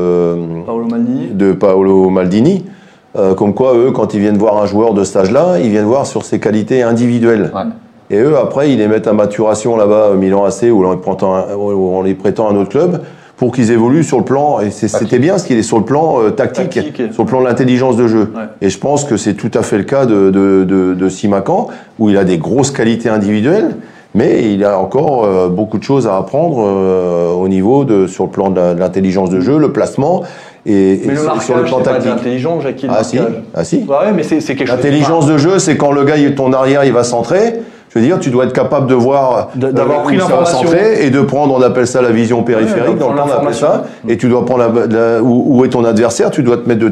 de Paolo Maldini. Comme quoi, eux, quand ils viennent voir un joueur de cet âge-là, ils viennent voir sur ses qualités individuelles. Ouais. Et eux, après, ils les mettent à maturation là-bas, Milan AC, ou en les prêtant à un autre club, pour qu'ils évoluent sur le plan. Et c'était bien ce qu'il est sur le plan tactique, sur le plan de l'intelligence de jeu. Ouais. Et je pense que c'est tout à fait le cas de Simakan, où il a des grosses qualités individuelles, mais il a encore beaucoup de choses à apprendre au niveau sur le plan de l'intelligence de jeu, le placement. Mais le marquage, sur le plan c'est pas tactique. intelligent, Jackie, le Ah si, marquage. ah si. Ouais, mais c'est quelque chose. L'intelligence de jeu, c'est quand le gars, ton arrière, il va centrer. Je veux dire, tu dois être capable de voir, d'avoir pris où ça va l'information. centrer et de prendre, on appelle ça la vision périphérique, Ouais, dans le temps on appelle ça. l'information. Et tu dois prendre où est ton adversaire, tu dois te mettre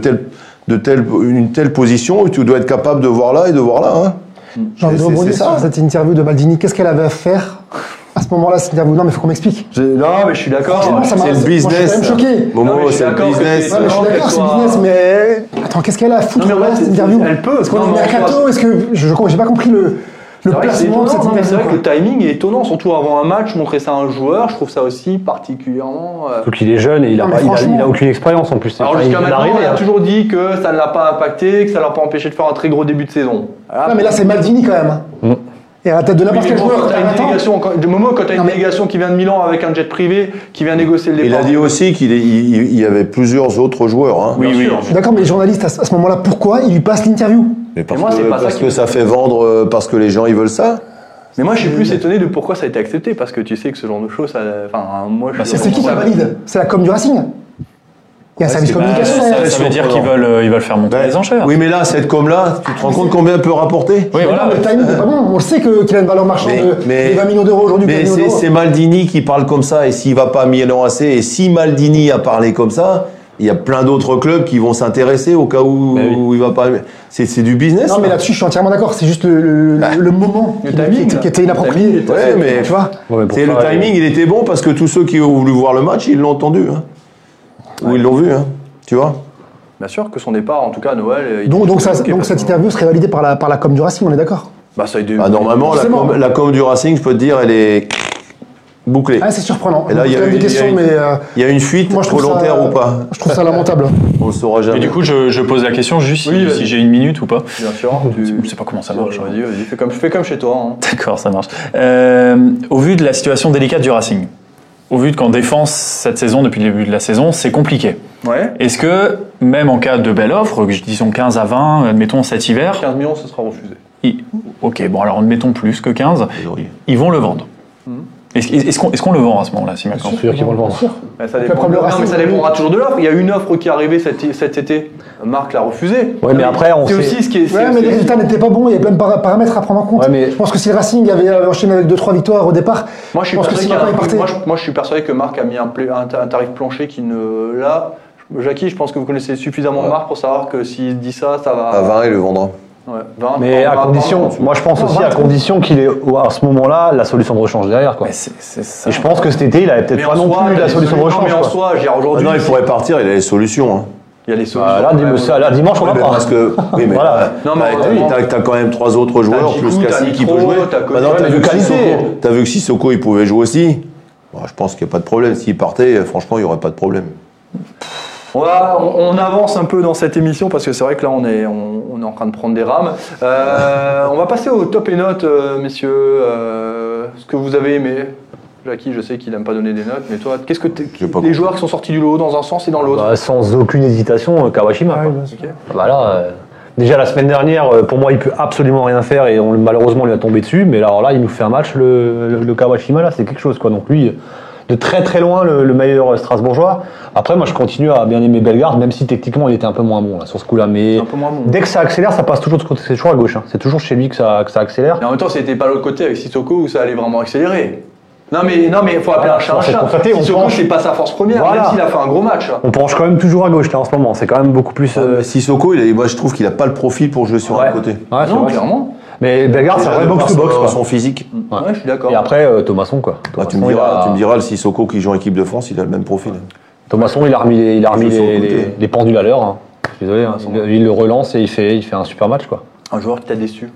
une telle position et tu dois être capable de voir là et de voir là. Hein. J'ai envie de C'est rebondir ça. sur cette interview de Maldini. Qu'est-ce qu'elle avait à faire à ce moment-là, cette interview? Non, mais il faut qu'on m'explique. Non, mais je suis d'accord. Franchement, ça m'a- C'est le moi, je suis business. quand même choqué. Momo, Non, mais je suis c'est le d'accord que business. c'est- Ouais, mais je suis Non, d'accord, qu'elle c'est soit- business, mais attends, qu'est-ce qu'elle a à foutre Non, mais en là, fait, cette interview? elle peut. Est-ce qu'on Non, est mais en mercato? soi, Est-ce que j'ai pas compris le C'est vrai que c'est placement de cette étonnant, non, mais c'est interview? vrai que le timing est étonnant, surtout avant un match, montrer ça à un joueur, je trouve ça aussi particulièrement. Donc il est jeune et il Non, a, mais pas, il a- franchement- il a aucune expérience en plus. Alors Enfin, il jusqu'à vient maintenant, d'arriver, on a hein. toujours dit que ça ne l'a pas impacté, que ça ne l'a pas empêché de faire un très gros début de saison. Voilà. Non, mais là, c'est Maldini quand même. Et à la tête de Oui, n'importe mais quel bon, joueur, quand t'as t'as une 20 ans. délégation, de moment quand t'as Non, une mais- délégation qui vient de Milan avec un jet privé, qui vient négocier le Il départ. a dit aussi qu'il y avait plusieurs autres joueurs. Hein. Oui, oui. Je suis d'accord, mais les journalistes, à ce moment-là, pourquoi ils lui passent l'interview? Mais parce moi, c'est pas ça parce qui que ça fait vendre, parce que les gens ils veulent ça. Mais moi, je suis plus étonné de pourquoi ça a été accepté, parce que tu sais que ce genre de choses, ça, enfin, moi, je suis C'est qui vraiment- valide? C'est la com du Racing. Il y a un service c'est- communication bah, derrière. Ça veut dire qu'ils veulent faire monter les enchères. Oui, mais là, cette com-là, tu te rends compte combien elle peut rapporter? Oui, Mais voilà. non, mais le timing n'est pas bon. On le sait qu'il a une valeur marchande de 20 millions d'euros aujourd'hui. Mais 20 millions d'euros. c'est Maldini qui parle comme ça, et s'il va pas à Milan AC, et si Maldini a parlé comme ça, il y a plein d'autres clubs qui vont s'intéresser au cas où, oui. où il va pas. C'est du business. Non, mais là. là-dessus, je suis entièrement d'accord. C'est juste le moment Le qui timing, était là. inapproprié. Le timing, Ouais, mais Tu vois? Ouais, mais pour c'est ça, le timing, il était bon parce que tous ceux qui ont voulu voir le match, ils l'ont entendu. Hein. Ou ils l'ont vu, hein. Tu vois. Bien sûr que son départ, en tout cas, à Noël. il- Donc Ok, cette parce que- interview serait validée par la com du Racing, on est d'accord? Bah, ça a été. Bah, normalement, Forcément. la com du Racing, je peux te dire, elle est bouclée. Ah, c'est surprenant. Et là, On il y a pose quand même eu- des questions, mais Il y a une fuite moi, je trouve volontaire ça- ou pas. je trouve ça lamentable. On le saura jamais. Et du coup, je pose la question juste Oui, si vas-y. j'ai une minute ou pas. Bien sûr. Je sais pas comment ça marche. Vas-y, fais comme chez toi. Hein. D'accord, ça marche. Au vu de la situation délicate du Racing, au vu de qu'en défense, cette saison, depuis le début de la saison, c'est compliqué. Ouais. Est-ce que, même en cas de belle offre, disons 15 à 20, admettons cet hiver, 15 millions, ce sera refusé. ok, bon alors admettons plus que 15, ils vont le vendre. Est-ce qu'on le vend à ce moment-là, si maintenant C'est sûr qu'ils vont le vendre. Bah, ça, Donc, dépend, après, le non, Racing, mais ça dépendra toujours de l'offre. Il y a une offre qui est arrivée cet été. Marc l'a refusée. Ouais, mais après, on c'est sait- aussi ce qui est. Ouais, mais les résultats n'étaient pas bons, il y a plein de paramètres à prendre en compte. Ouais, mais- Je pense que si le Racing avait enchaîné avec 2-3 victoires au départ, Moi, je suis pense que persuadé si maintenant il partait. moi, je suis persuadé que Marc a mis un tarif plancher qui ne. Là, Jackie, je pense que vous connaissez suffisamment Marc pour savoir que s'il dit ça, ça va. À 20, il le vendra. Ouais, 20, Mais à 20, condition, 20, moi je pense Non, aussi 20, à condition qu'il ait à ce moment-là la solution de rechange derrière quoi. Mais c'est ça. Et je pense que cet été il avait peut-être Mais pas en non soi, plus la solution de non, rechange mais en quoi. soi, j'ai Ah aujourd'hui. non, il pourrait partir, il a les solutions. Hein. Il y a les solutions. Là, dimanche on Oui, va mais pas. parce que, oui, mais Voilà. Non, mais t'as quand même 3 autres joueurs, Djikou, plus t'as Cassie qui Nitro, peut jouer. t'as Koné, Maintenant, t'as vu de que qualité. t'as vu que Sissoko, il pouvait jouer aussi. Bon, je pense qu'il n'y a pas de problème. S'il partait, franchement, il n'y aurait pas de problème. On avance un peu dans cette émission parce que c'est vrai que là on est en train de prendre des rames. On va passer au top et notes, messieurs. Ce que vous avez aimé. Jackie, je sais qu'il n'aime pas donner des notes, mais toi, qu'est-ce que J'ai pas les joueurs qui sont sortis du lot dans un sens et dans l'autre? Bah, sans aucune hésitation Kawashima. quoi. Ok. Bah là, déjà la semaine dernière, pour moi il peut absolument rien faire et malheureusement on lui a tombé dessus. Mais alors là il nous fait un match le Kawashima là c'est quelque chose quoi. Donc lui de très très loin le meilleur Strasbourgeois. Après moi je continue à bien aimer Bellegarde même si techniquement il était un peu moins bon là, sur ce coup là. Mais Un peu moins bon. dès que ça accélère ça passe toujours de côté, c'est toujours à gauche. Hein. C'est toujours chez lui que ça accélère. Et en même temps, c'était pas l'autre côté avec Sissoko où ça allait vraiment accélérer. Non mais il faut appeler un chat un c'est chat. constaté, on Sissoko, penche. c'est pas sa force première, Voilà. même s'il a fait un gros match. On penche quand même toujours à gauche là en ce moment. C'est quand même beaucoup plus. Sissoko, moi je trouve qu'il a pas le profil pour jouer sur un côté. Ouais, c'est Non, vrai. clairement. Mais Bellegarde, c'est un vrai box-to-box quoi. Son physique. Ouais. Ouais, je suis d'accord. Et après, Thomasson quoi. Tu Thomasson, me diras, le Sissoko qui joue en équipe de France, il a le même profil. Thomasson, il a remis joue sur le côté. les pendules à l'heure. Hein. Je suis désolé, hein. Il le relance et il fait un super match quoi. Un joueur qui t'a déçu.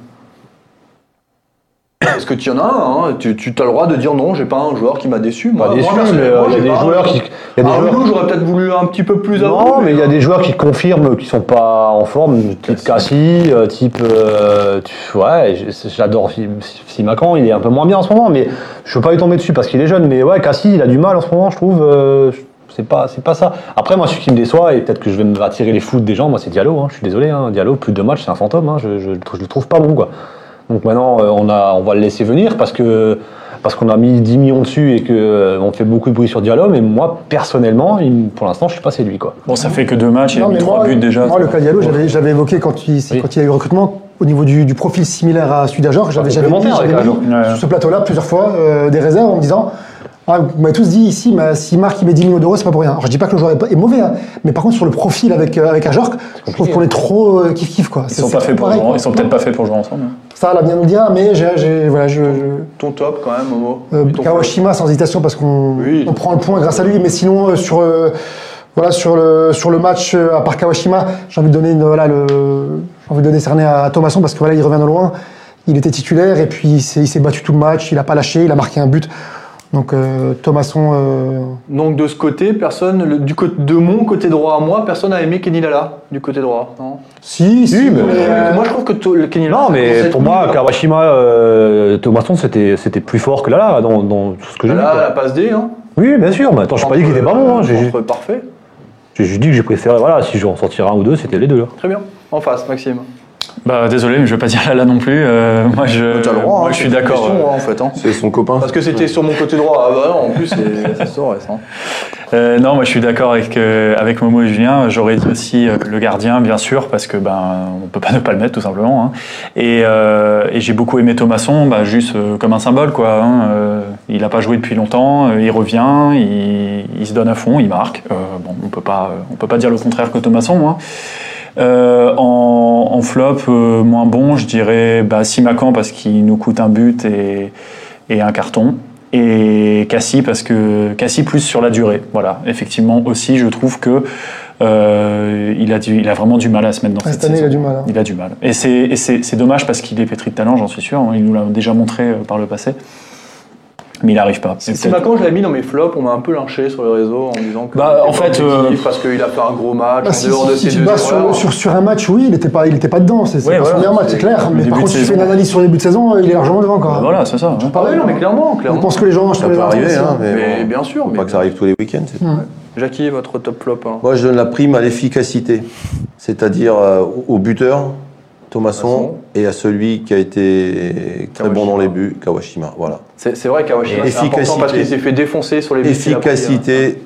Est-ce que tu en as un hein Tu as le droit de dire non, j'ai pas un joueur qui m'a déçu. Moi, Pas déçu, mais personnellement, il y a j'ai des pas un. joueurs qui. Il y a des joueurs. J'aurais peut-être voulu un petit peu plus avant. Non, mais il y a des joueurs qui confirment qu'ils sont pas en forme, type Cassie, type. Ouais, j'adore Simakan, il est un peu moins bien en ce moment, mais je veux pas lui tomber dessus parce qu'il est jeune. Mais ouais, Cassie, il a du mal en ce moment, je trouve. C'est pas ça. Après, moi, celui qui me déçoit, et peut-être que je vais me attirer les foudres des gens, moi, c'est Diallo. Hein, je suis désolé, hein, Diallo, plus de 2 matchs, c'est un fantôme. Hein, je le trouve pas bon, quoi. Donc maintenant, on va le laisser venir parce qu'on a mis 10 millions dessus et qu'on fait beaucoup de bruit sur Diallo. Mais moi, personnellement, pour l'instant, je suis pas séduit, quoi. Bon, ça fait que 2 matchs, il a Non, mis mais 3 buts déjà. Moi, le cas Diallo, j'avais évoqué quand il y a eu le recrutement, au niveau du profil similaire à celui d'Ajor. J'avais mis complémentaire avec Ajor. sur ce plateau-là plusieurs fois des réserves en me disant. Vous m'avez tous dit ici, si Marc il met 10 millions d'euros, c'est pas pour rien. Alors, je dis pas que le joueur est mauvais, hein, mais par contre sur le profil avec Ajorc, je trouve qu'on est trop kiff-kiff quoi. Ils sont pas faits pour jouer. Ils sont peut-être pas faits pour jouer ensemble. Ça, là, bien nous dire, mais Ton top quand même, Momo. Kawashima sans hésitation parce qu'on Oui. on prend le point grâce à lui, mais sinon sur le match à part Kawashima, j'ai envie de donner cerner à Thomasson parce que voilà, il revient de loin, il était titulaire et puis il s'est battu tout le match, il a pas lâché, il a marqué un but. Donc Thomasson. Donc de ce côté, personne, de mon côté droit à moi, personne n'a aimé Kenny Lala du côté droit. Non. Si, mais- Moi je trouve que le Kenny Lala. Non, ça commence à mais être pour moi, nul. Kawashima, Thomasson, c'était plus fort que Lala dans tout ce que j'ai vu. Là, quoi. la passe D. Hein. Oui, bien sûr. Mais attends, je n'ai pas dit qu'il était pas bon. Hein. J'ai Parfait. juste dit que j'ai préféré. Voilà, si je en sortirais un ou deux, c'était les deux. Là. Très bien. En face, Maxime. Bah désolé, mais je vais pas dire Lala non plus. Moi je suis d'accord. En fait. Hein. C'est son copain. Parce que c'était sur mon côté droit. Ah bah non, en plus, ça saurait ça. Non, moi je suis d'accord avec Momo et Julien. J'aurais dit aussi le gardien, bien sûr, parce que on peut pas ne pas le mettre tout simplement. Hein. Et j'ai beaucoup aimé Thomasson, juste comme un symbole quoi. Hein. Il a pas joué depuis longtemps, il revient, il se donne à fond, il marque. On peut pas dire le contraire que Thomasson. Hein. En flop, moins bon, je dirais Simakan parce qu'il nous coûte un but et un carton. Et Cassie parce que Cassie plus sur la durée. Voilà, effectivement aussi, je trouve que il a vraiment du mal à se mettre dans cette cette année, saison. il a du mal. Hein. Il a du mal. Et c'est dommage parce qu'il est pétri de talent, j'en suis sûr. Il nous l'a déjà montré par le passé. Mais il n'arrive pas. C'est maintenant je l'ai mis dans mes flops, on m'a un peu lynché sur les réseaux en disant que en fait, parce qu'il a fait un gros match en Si dehors de ses tu deux te bases erreurs. sur un match, oui, il était pas dedans. C'est Ouais, pas son voilà. meilleur match, c'est clair. Mais début par de contre, si tu saison. fais une analyse sur les buts de saison, il est largement devant encore. Voilà, c'est ça. hein. Ah ouais, non mais clairement. Je pense que les gens Ça peut arriver, hein, Mais bon, bien sûr. faut Mais pas que ça arrive tous les week-ends. c'est tout. Jackie, votre top flop. Hein. Moi, je donne la prime à l'efficacité, c'est-à-dire au buteur, Thomasson, et à celui qui a été très bon dans les buts, Kawashima. Voilà. C'est vrai Kawashima, c'est important Efficacité. parce qu'il s'est fait défoncer sur les buts. qu'il a pris, hein. Efficacité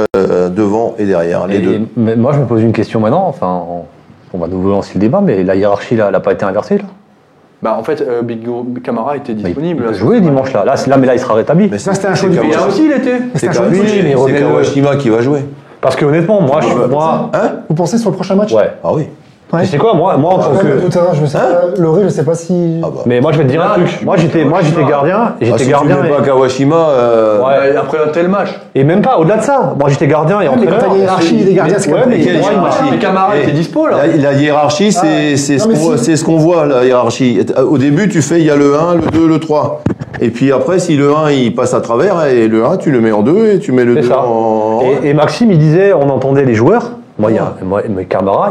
devant et derrière, les deux. Mais moi, je me pose une question maintenant. Enfin, on va nous lancer le débat, mais la hiérarchie, là, elle n'a pas été inversée, là. En fait, Big Camara était disponible. Il là, peut sur jouer ce dimanche, match. là, mais là, il sera rétabli. Mais Ça, c'était un choix c'est du Mais là Kawashima. aussi, il était. C'est un choix Oui, mais c'est remets-le. Kawashima qui va jouer. Parce que honnêtement, moi, Hein Vous pensez sur le prochain match? ouais. Ah oui. Ouais. Tu sais quoi, moi, en tant que. Tout à l'heure, je sais pas. Loré, je sais pas si. Ah bah. Mais moi, je vais te dire un truc. Moi, j'étais gardien. Ah, si tu gardien. mets pas Kawashima, Ouais. Après un tel match. Et même pas, au-delà de ça. Moi, j'étais gardien et Ouais, mais entraîneur. quand t'as une hiérarchie des gardiens, c'est Ouais, comme mais ça. quelle moi, il m'a- hiérarchie Mais Camara Et était dispo là. La hiérarchie, c'est non, mais si. ce qu'on voit, la hiérarchie. Au début, tu fais, il y a le 1, le 2, le 3. Et puis après, si le 1, il passe à travers, et le 1, tu le mets en 2, et tu mets le C'est 2 ça. en... Et Maxime, il disait, on entendait les joueurs. Mais Camara,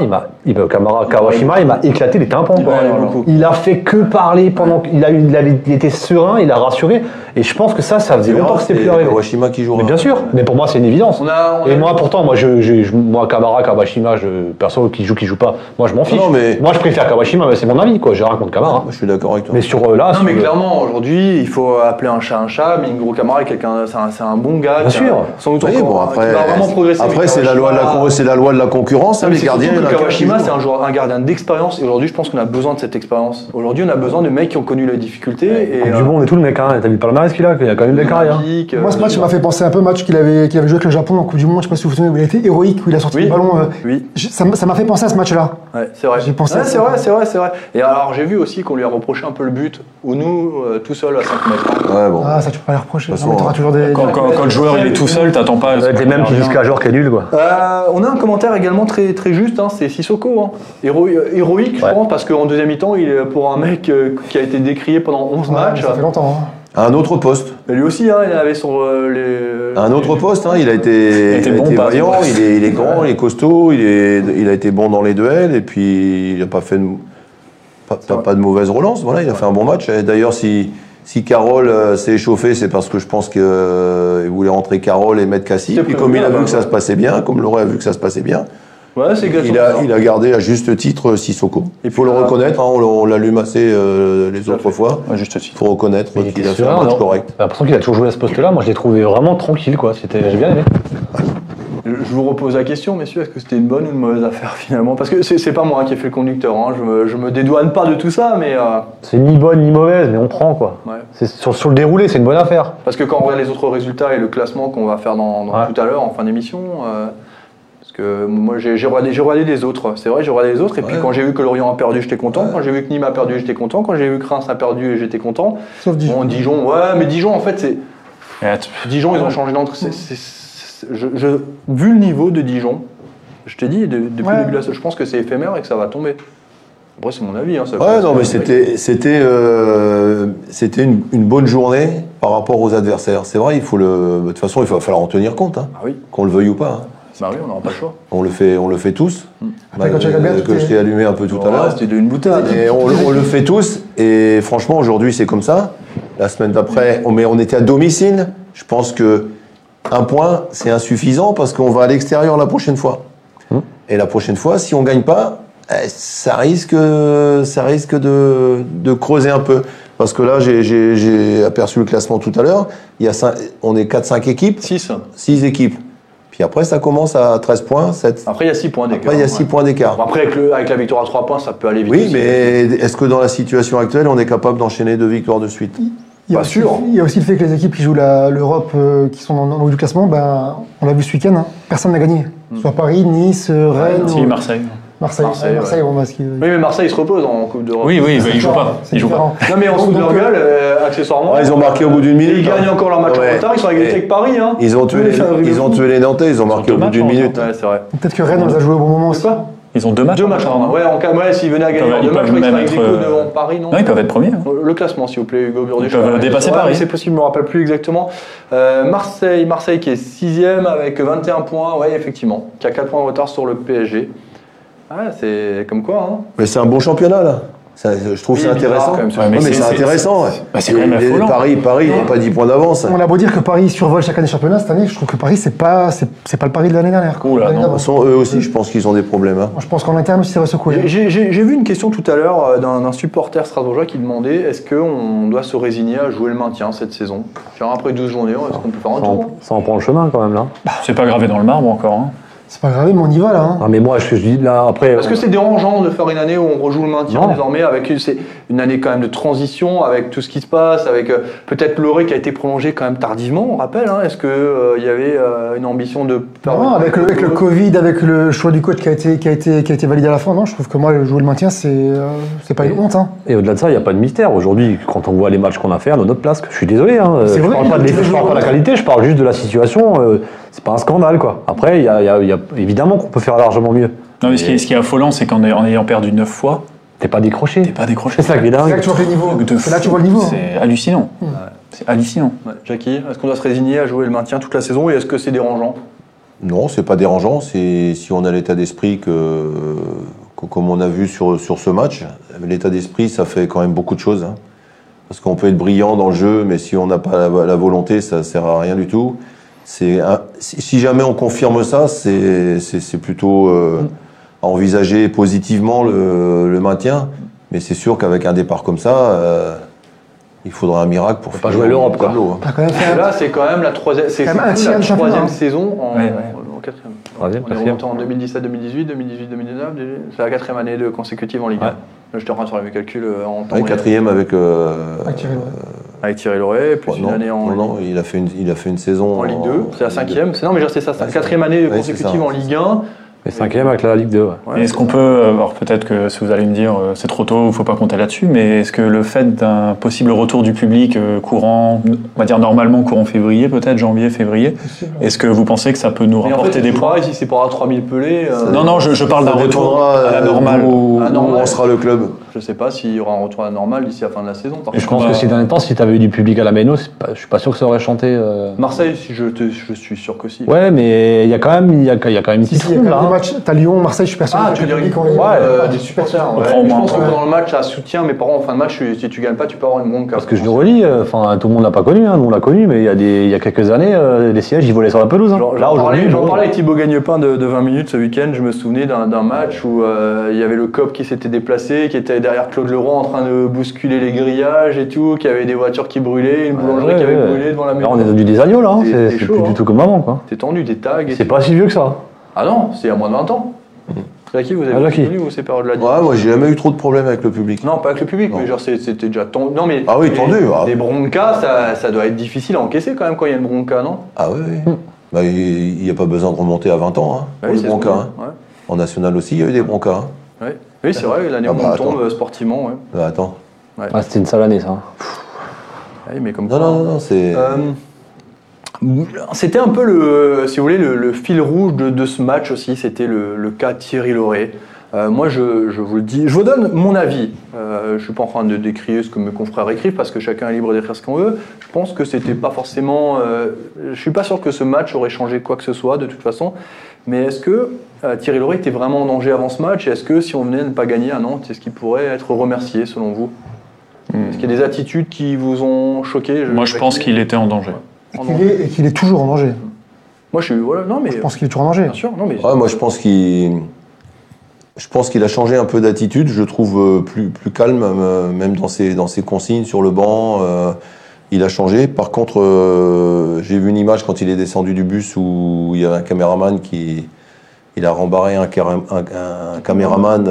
Kawashima, il m'a éclaté les tympans. quoi. Ouais, beaucoup. Il a fait que parler pendant il était serein, il a rassuré. Et je pense que ça faisait longtemps que c'était plus arrivé. Kawashima qui jouera. Mais bien sûr, mais pour moi c'est une évidence. On a- Et moi pourtant, moi Kamara, Kawashima, perso qui joue pas, moi je m'en fiche. Non, mais- Moi je préfère Kawashima, mais c'est mon avis quoi. J'ai rien contre Kamara. Moi, je suis d'accord avec toi. Mais sur là, Non mais sur- clairement aujourd'hui il faut appeler un chat. Mingro Camara est quelqu'un, c'est un bon gars. Bien qui a- sûr. Sans doute Oui, encore, bon, qui va vraiment progresser. après mais c'est la loi de la concurrence. hein, mais les c'est gardiens, il y surtout en a que qu'un qui Kawashima, Benzema, c'est un gardien d'expérience. Et aujourd'hui, je pense qu'on a besoin de cette expérience. Aujourd'hui, on a besoin de mecs qui ont connu la difficulté. Et, Du bon et tout le mec, hein. T'as vu le palmarès qu'il a quand même des carrières. Moi, ce match m'a fait penser un peu au match qu'il avait joué avec le Japon en Coupe du Monde. Je sais pas si vous vous souvenez, où il a été héroïque, où il a sorti le ballon. Oui. Ça m'a fait penser à ce match-là. Ouais, c'est vrai. J'ai pensé à c'est ça. vrai. Et alors, j'ai vu aussi qu'on lui a reproché un peu le but, où nous, tout seul à 5 mètres. Ouais, bon. Ah, ça, tu peux pas les reprocher. De toute façon, Non, mais t'auras toujours des. Quand le joueur il est tout seul, t'attends pas. Ça va être les mêmes qui disent qu'à genre qui est nul, quoi. On a un commentaire également très, très juste, hein, c'est Sissoko. Hein. Héroïque, je pense, parce qu'en deuxième mi-temps, il est pour un mec qui a été décrié pendant 11 matchs. Ça fait longtemps. À un autre poste. Et lui aussi, hein, il avait sur les. À un autre poste, hein, il a été vaillant, il est grand, il est costaud, il a été bon dans les duels, et puis il n'a pas fait pas de mauvaise relance. Voilà, il a fait un bon match. Et d'ailleurs, si Carroll s'est échauffé, c'est parce que je pense qu'il voulait rentrer Carroll et mettre Cassie. Puis comme il a vu que ça se passait bien, comme Laurent a vu que ça se passait bien, Ouais, c'est exactement il a gardé à juste titre Sissoko. Il faut le reconnaître, hein, on l'allume assez les autres fois. À juste titre. Il faut reconnaître qu'il a fait un serein, match non correct. J'ai l'impression qu'il a toujours joué à ce poste-là. Moi, je l'ai trouvé vraiment tranquille, quoi. J'ai bien aimé. Je vous repose la question, messieurs, est-ce que c'était une bonne ou une mauvaise affaire finalement? Parce que c'est pas moi qui ai fait le conducteur, hein. Je me dédouane pas de tout ça, mais. C'est ni bonne ni mauvaise, mais on prend, quoi. Ouais. Sur le déroulé, c'est une bonne affaire. Parce que quand on regarde les autres résultats et le classement qu'on va faire tout à l'heure en fin d'émission, parce que moi j'ai regardé les autres, c'est vrai, j'ai regardé les autres, et puis quand j'ai vu que Lorient a perdu, j'étais content, quand j'ai vu que Nîmes a perdu, j'étais content, quand j'ai vu que Reims a perdu, j'étais content. Sauf Dijon. Bon, Dijon, ouais, mais Dijon en fait c'est. Dijon, ils ont changé d'entrée. Vu le niveau de Dijon, je t'ai dit, depuis le début de la saison, je pense que c'est éphémère et que ça va tomber. Après, c'est mon avis. Hein, ouais, non, mais c'était une bonne journée par rapport aux adversaires. C'est vrai, de toute façon, il va falloir en tenir compte, hein, ah oui. qu'on le veuille ou pas. Hein. Bah oui, on n'aura pas le choix. On le fait tous. Après, quand tu regardes bien, que je t'ai allumé un peu tout à l'heure. C'était une boutade. Et on le fait tous. Et franchement, aujourd'hui, c'est comme ça. La semaine d'après, on était à domicile. Je pense que un point, c'est insuffisant parce qu'on va à l'extérieur la prochaine fois. Et la prochaine fois, si on gagne pas, ça risque de creuser un peu. Parce que là, j'ai aperçu le classement tout à l'heure. On est 4-5 équipes. 6 équipes. Puis après, ça commence à 13 points, 7. Après, il y a 6 points d'écart. Après, il y a 6 points d'écart. Après, avec la victoire à 3 points, ça peut aller vite. Oui, aussi. mais est-ce que dans la situation actuelle, on est capable d'enchaîner 2 victoires de suite? Pas sûr. Il y a aussi le fait que les équipes qui jouent l'Europe, qui sont dans le haut du classement, on l'a vu ce week-end, hein, personne n'a gagné. Soit Paris, Nice, Rennes. Si, Marseille. Marseille, ouais. Oui, mais Marseille se repose en Coupe d'Europe. Oui, il joue pas. Il joue pas. Non, mais on se fout de leur gueule, accessoirement. Ils ont marqué au bout d'une minute. Ils gagnent encore leur match en retard, ils sont à égalité avec Paris. Hein. Ils ont tué les Nantais, ils ont marqué au bout d'une minute. Ouais, c'est vrai. Peut-être que Rennes on les a joués au bon moment aussi. Ils ont 2 matchs. 2 matchs en retard. Ouais, s'ils venaient à gagner en 2 matchs, ils seraient ex-aequo devant Paris, non? Non, ils peuvent être premiers. Le classement, s'il vous plaît, Hugo Burduch. Ils peuvent dépasser Paris. C'est possible, je ne me rappelle plus exactement. Marseille qui est 6ème avec 21 points, ouais, effectivement, qui a 4 points de retard sur le PSG. Ah, c'est comme quoi, hein. Mais c'est un bon championnat, là. Je trouve c'est intéressant. Mais c'est intéressant. C'est quand même affolant. Paris n'a pas 10 points d'avance. On a beau dire que Paris survole chaque année le championnat, cette année, je trouve que Paris, c'est pas le Paris de l'année dernière. Oula, non. De toute façon, eux aussi, je pense qu'ils ont des problèmes. Hein. Moi, je pense qu'en interne aussi, ça va secouer. J'ai vu une question tout à l'heure d'un supporter strasbourgeois qui demandait est-ce qu'on doit se résigner à jouer le maintien cette saison? Après 12 journées, est-ce qu'on peut faire un tour? Ça en prend le chemin, quand même, là. C'est pas gravé dans le marbre encore. Hein. C'est pas grave, mais on y va là. Hein. Ah, mais moi, je dis là, après. Est-ce que c'est dérangeant de faire une année où on rejoue le maintien désormais avec c'est une année quand même de transition avec tout ce qui se passe, avec peut-être Loré qui a été prolongé quand même tardivement, on rappelle. Hein, est-ce que y avait une ambition de faire non, avec le Covid, avec le choix du coach qui a été validé à la fin, non, je trouve que moi jouer le maintien c'est pas une honte. Hein. Et au-delà de ça, il n'y a pas de mystère. Aujourd'hui, quand on voit les matchs qu'on a fait à notre place, je suis désolé. Hein, je parle pas de la qualité, je parle juste de la situation. C'est pas un scandale, quoi. Après, il y a évidemment qu'on peut faire largement mieux. Non, mais ce qui est affolant, c'est qu'en ayant perdu 9 fois, t'es pas décroché. C'est ça qui est dingue. C'est là que tu vois le niveau. C'est là que tu vois le niveau. C'est hallucinant. C'est hallucinant. Ouais. Jackie, est-ce qu'on doit se résigner à jouer le maintien toute la saison et est-ce que c'est dérangeant? Non, c'est pas dérangeant. Si on a l'état d'esprit comme on a vu sur ce match, l'état d'esprit, ça fait quand même beaucoup de choses. Hein. Parce qu'on peut être brillant dans le jeu, mais si on n'a pas la volonté, ça sert à rien du tout. Si jamais on confirme ça, c'est plutôt à envisager positivement le maintien. Mais c'est sûr qu'avec un départ comme ça, il faudra un miracle pour pas jouer l'Europe, quoi. Hein. Là, c'est quand même la troisième saison en 4e. Troisième, On est quatrième. remonté en 2017, 2018, 2018, 2019. C'est la 4e année de consécutive en Ligue 1. Ouais. Là, je te rends sur mes calculs en temps. Ouais, 4e avec. Avec Thierry Loret, plus une année en. Non, il a fait une saison. En Ligue 2, c'est la 5e. Non, mais c'est ça, 4e année consécutive en Ligue 1. Et 5e avec la Ligue 2. Ouais. Ouais, Est-ce qu'on peut, alors peut-être que si vous allez me dire c'est trop tôt, il ne faut pas compter là-dessus, mais est-ce que le fait d'un possible retour du public courant, on va dire normalement courant février, peut-être janvier, février, est-ce que vous pensez que ça peut nous Mais en rapporter fait, des points? pareil, si c'est pour avoir 3000 pelés. Non, je parle d'un Ça retour dépendra à la normale. où À la normale. en sera le club. Je sais pas s'il y aura un retour à la normale d'ici la fin de la saison. Par Et je contre, pense que ces derniers temps, si tu avais eu du public à la Méno, je suis pas sûr que ça aurait chanté. Marseille, je suis sûr que si. Ouais, mais il y a quand même une petite Si, il y a foule quand là. même des matchs. T'as Lyon, Marseille, je suis persuadé. Ah, tu veux dire des supporters. Ouais. prend au Je moins, pense que ouais. dans le match, ça soutient, mais par contre, en fin de match, si tu gagnes pas, tu peux avoir une bronca. Parce que je le relis, tout le monde l'a pas connu, hein, nous on l'a connu, mais il y a quelques années, les sièges ils volaient sur la pelouse. Hein. Là aujourd'hui, j'en parlais avec Thibaut Gagnepin de 20 minutes ce week-end. Je me souvenais d'un match où il y avait le COP qui s'était déplacé, qui était derrière Claude Leroy en train de bousculer les grillages et tout, qui avait des voitures qui brûlaient, une boulangerie qui avait brûlé devant la maison. Là on est devenu des agneaux là, hein. C'est c'est chaud, plus hein. du tout comme avant quoi. C'est tendu, des tags. C'est pas si vieux que ça. Ah non, c'est à moins de 20 ans. Jackie, vous avez Jackie. connu ou ces périodes-là? Ouais, moi j'ai jamais eu trop de problèmes avec le public. Non, pas avec le public, Non. mais genre c'était déjà tendu. Non, mais Ah oui, tendu, ah. Des broncas, ça doit être difficile à encaisser quand même quand il y a une bronca, non? Ah oui, oui. Bah, il n'y a pas besoin de remonter à 20 ans, hein, pour Oui, les c'est broncas. ce qu'on Hein. dit, ouais. En national aussi, il y a eu des broncas. Hein. Ouais. Oui, c'est vrai, l'année Ah où bah, on attends. tombe sportivement, ouais. Attends. Ah, c'était une sale année ça. Ouais, mais comme Non, quoi, non, c'est. C'était un peu si vous voulez, le fil rouge de ce match aussi, c'était le cas Thierry Loret. Moi, je vous le dis, je vous donne mon avis. Je suis pas en train de décrire ce que mes confrères écrivent parce que chacun est libre d'écrire ce qu'on veut. Je pense que c'était pas forcément. Je suis pas sûr que ce match aurait changé quoi que ce soit de toute façon. Mais est-ce que Thierry Loret était vraiment en danger avant ce match? Et est-ce que si on venait de ne pas gagner à Nantes, est-ce qu'il pourrait être remercié selon vous? Est-ce qu'il y a des attitudes qui vous ont choqué? Moi, je pense qu'il était en danger. Et qu'il est toujours en danger. Moi, je suis. Voilà, non, mais. Je pense qu'il est toujours en danger. Bien sûr, non, mais. Ouais, moi, je pense qu'il a changé un peu d'attitude. Je le trouve plus calme, même dans ses consignes sur le banc. Il a changé. Par contre, j'ai vu une image quand il est descendu du bus où il y avait un caméraman il a rembarré un caméraman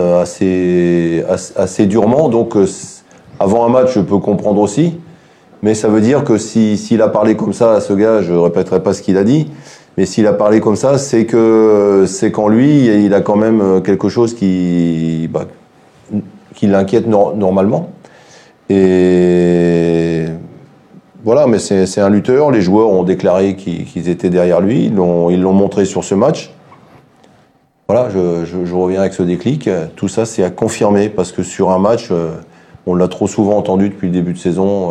assez durement. Donc, avant un match, je peux comprendre aussi. Mais ça veut dire que s'il a parlé comme ça à ce gars, je ne répéterai pas ce qu'il a dit, mais s'il a parlé comme ça, c'est qu'en lui, il a quand même quelque chose qui l'inquiète normalement. Et voilà, mais c'est un lutteur. Les joueurs ont déclaré qu'ils étaient derrière lui. Ils l'ont montré sur ce match. Voilà, je reviens avec ce déclic. Tout ça, c'est à confirmer parce que sur un match, on l'a trop souvent entendu depuis le début de saison.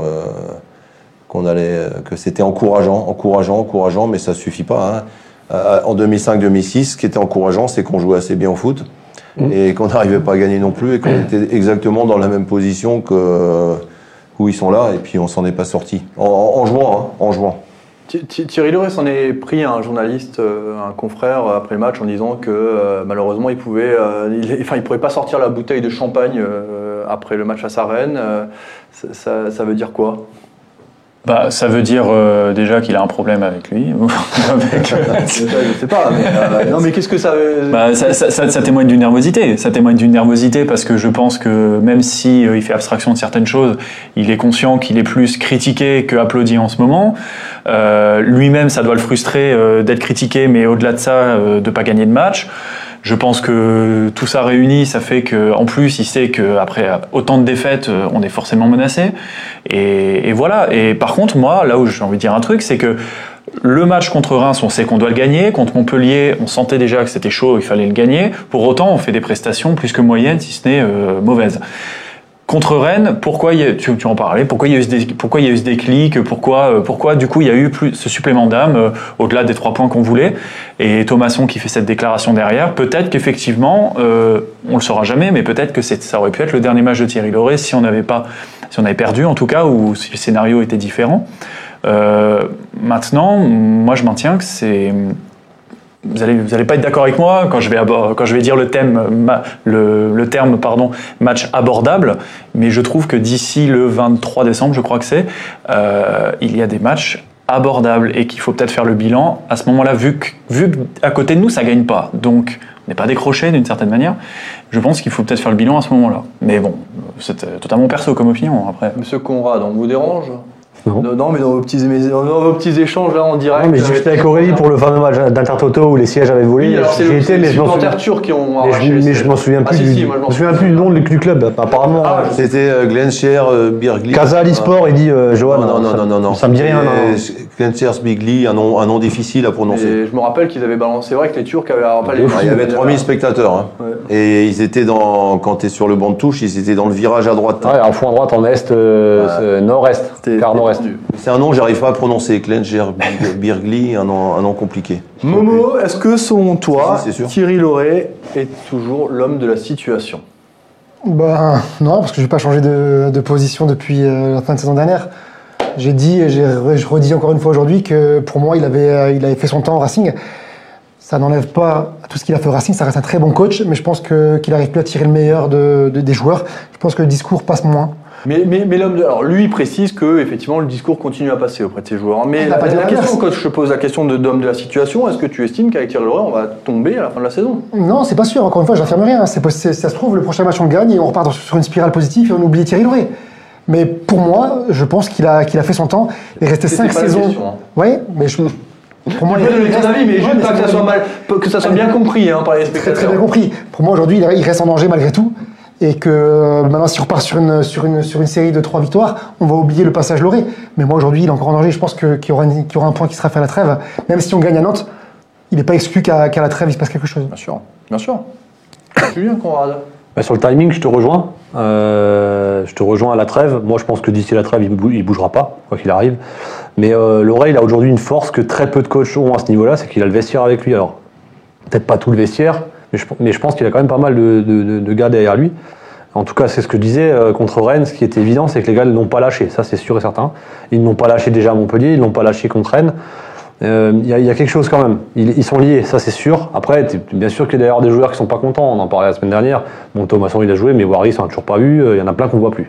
Que c'était encourageant, mais ça suffit pas. Hein. En 2005-2006, ce qui était encourageant, c'est qu'on jouait assez bien au foot et qu'on n'arrivait pas à gagner non plus et qu'on était exactement dans la même position où ils sont là et puis on s'en est pas sorti en jouant. Thierry Loret s'en est pris à un journaliste, un confrère après le match en disant que malheureusement il pourrait pas sortir la bouteille de champagne après le match à Sarrennes. Ça veut dire quoi? Bah, ça veut dire déjà qu'il a un problème avec lui. Je sais pas, mais non, mais qu'est-ce que ça veut? Bah, ça témoigne d'une nervosité. Ça témoigne d'une nervosité parce que je pense que même si il fait abstraction de certaines choses, il est conscient qu'il est plus critiqué que applaudi en ce moment. Lui-même, ça doit le frustrer d'être critiqué, mais au-delà de ça, de pas gagner de match. Je pense que tout ça réuni, ça fait qu'en plus, il sait qu'après autant de défaites, on est forcément menacé. Et voilà. Et par contre, moi, là où j'ai envie de dire un truc, c'est que le match contre Reims, on sait qu'on doit le gagner. Contre Montpellier, on sentait déjà que c'était chaud, il fallait le gagner. Pour autant, on fait des prestations plus que moyennes, si ce n'est mauvaises. Contre Rennes, tu en parlais, pourquoi il y a eu ce déclic, pourquoi du coup il y a eu ce supplément d'âme au-delà des 3 points qu'on voulait, et Thomasson qui fait cette déclaration derrière, peut-être qu'effectivement, on le saura jamais, mais peut-être que ça aurait pu être le dernier match de Thierry Loret si on avait perdu en tout cas, ou si le scénario était différent. Maintenant, moi je maintiens que c'est... Vous allez pas être d'accord avec moi quand je vais dire le terme match abordable, mais je trouve que d'ici le 23 décembre, je crois que c'est, il y a des matchs abordable et qu'il faut peut-être faire le bilan, à ce moment-là, vu qu'à côté de nous, ça gagne pas, donc on n'est pas décroché d'une certaine manière, je pense qu'il faut peut-être faire le bilan à ce moment-là. Mais bon, c'est totalement perso comme opinion, après. Monsieur Conrad, on vous dérange ? Non. Non, mais dans vos petits échanges là en direct. Non, mais j'étais avec Aurélie pour le fameux match d'Intertoto où les sièges avaient volé. Oui, alors c'est J'y étais, mais les je m'en souviens. supporters turcs qui ont arraché. Mais je m'en souviens plus. si, moi, je m'en souviens plus du nom du club. Apparemment. C'était Glenshare Birgli. Casa Ali-Sport, il dit Johan. Non. Ça me dit rien. Glenshare Birgli, un nom difficile à prononcer. Et je me rappelle qu'ils avaient balancé. C'est vrai que les Turcs avaient pas les. Il y avait 3000 spectateurs. Hein. Ouais. Et ils étaient quand tu es sur le banc de touche, ils étaient dans le virage à droite. Ouais, en fond à droite, en est, nord-est. Quart nord-est. C'est un nom, j'arrive pas à prononcer. Glenshare Birgli, un nom compliqué. Momo, est-ce que selon toi, Si, c'est sûr. Thierry Laurey est toujours l'homme de la situation ? Ben, non, parce que je n'ai pas changé de position depuis la fin de saison dernière. J'ai dit, et je redis encore une fois aujourd'hui, que pour moi, il avait fait son temps au Racing. Ça n'enlève pas tout ce qu'il a fait au Racing, ça reste un très bon coach, mais je pense qu'il n'arrive plus à tirer le meilleur des joueurs. Je pense que le discours passe moins. Mais l'homme alors lui il précise que effectivement le discours continue à passer auprès de ses joueurs. Mais Il a pas dit la l'inverse. question, quand je te pose la question d'homme de la situation, est-ce que tu estimes qu'avec Thierry Laurey on va tomber à la fin de la saison ? Non, c'est pas sûr. Encore une fois, j'affirme rien. Ça se trouve, le prochain match on le gagne et on repart sur une spirale positive et on oublie Thierry Laurey. Mais pour moi, je pense qu'il a fait son temps. Il est resté C'était 5 pas la saisons. question, hein. Oui, mais pour moi, Tu peux donner ton avis, mais juste pas que ça soit bien compris par les Très, spectateurs. très bien compris. Pour moi, aujourd'hui, il reste en danger malgré tout. Et que maintenant, si on repart sur une série de 3 victoires, on va oublier le passage Laurey. Mais moi, aujourd'hui, il est encore en danger. Je pense qu'il y aura un point qui sera fait à la trêve. Même si on gagne à Nantes, il n'est pas exclu qu'à la trêve, il se passe quelque chose. Bien sûr. Julien Conrad. Sur le timing, je te rejoins. Je te rejoins à la trêve. Moi, je pense que d'ici la trêve, il bougera pas, quoi qu'il arrive. Mais Laurey, il a aujourd'hui une force que très peu de coachs ont à ce niveau-là, c'est qu'il a le vestiaire avec lui. Alors, peut-être pas tout le vestiaire, mais je pense qu'il a quand même pas mal de gars derrière lui. En tout cas, c'est ce que je disais contre Rennes. Ce qui est évident, c'est que les gars ne l'ont pas lâché. Ça, c'est sûr et certain. Ils ne l'ont pas lâché déjà à Montpellier, ils ne l'ont pas lâché contre Rennes. Il y a quelque chose quand même. Ils sont liés, ça c'est sûr. Après, bien sûr qu'il y a d'ailleurs des joueurs qui sont pas contents. On en parlait la semaine dernière. Bon, Thomasson il a joué, mais Waris on n'a toujours pas vu. Il y en a plein qu'on ne voit plus.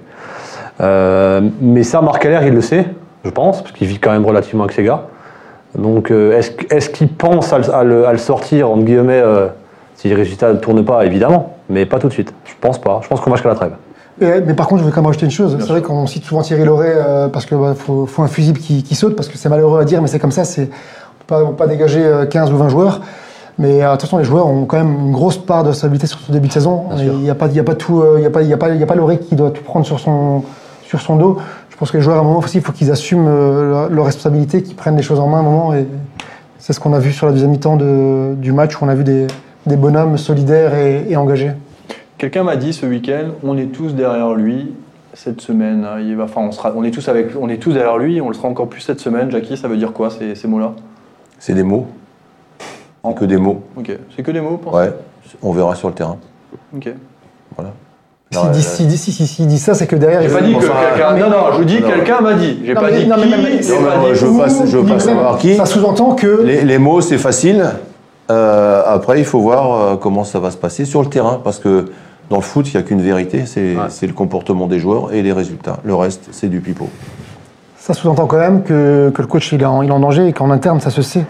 Mais ça, Marc Keller, il le sait, je pense, parce qu'il vit quand même relativement avec ses gars. Donc, est-ce qu'il pense à le sortir, entre guillemets, si les résultats ne tournent pas, évidemment, mais pas tout de suite. Je pense pas. Je pense qu'on va jusqu'à la trêve. Mais par contre, je veux quand même rajouter une chose. C'est vrai qu'on cite souvent Thierry Laurey parce qu'il faut un fusible qui saute, parce que c'est malheureux à dire, mais c'est comme ça. On ne peut pas dégager 15 ou 20 joueurs. Mais attention, les joueurs ont quand même une grosse part de responsabilité sur ce début de saison. Il n'y a pas Laurey qui doit tout prendre sur son dos. Je pense que les joueurs, à un moment aussi, il faut qu'ils assument leurs responsabilités, qu'ils prennent les choses en main à un moment. Et c'est ce qu'on a vu sur la deuxième mi-temps du match, où on a vu des bonhommes solidaires et engagés. Quelqu'un m'a dit ce week-end, on est tous derrière lui cette semaine. On est tous derrière lui, on le sera encore plus cette semaine. Jackie, ça veut dire quoi ces mots-là ? C'est des mots. C'est que des mots. Ok, c'est que des mots pour Ouais, on verra sur le terrain. Ok. Voilà. S'il dit ça, c'est que derrière. J'ai pas dit que quelqu'un. Non, je vous dis quelqu'un m'a dit. J'ai pas dit qui. Je veux pas savoir qui. Ça sous-entend que. Les mots, c'est facile. Après, il faut voir comment ça va se passer sur le terrain, parce que dans le foot, il n'y a qu'une vérité, c'est le comportement des joueurs et les résultats. Le reste, c'est du pipeau. Ça sous-entend quand même que le coach il est en danger et qu'en interne, ça se sait.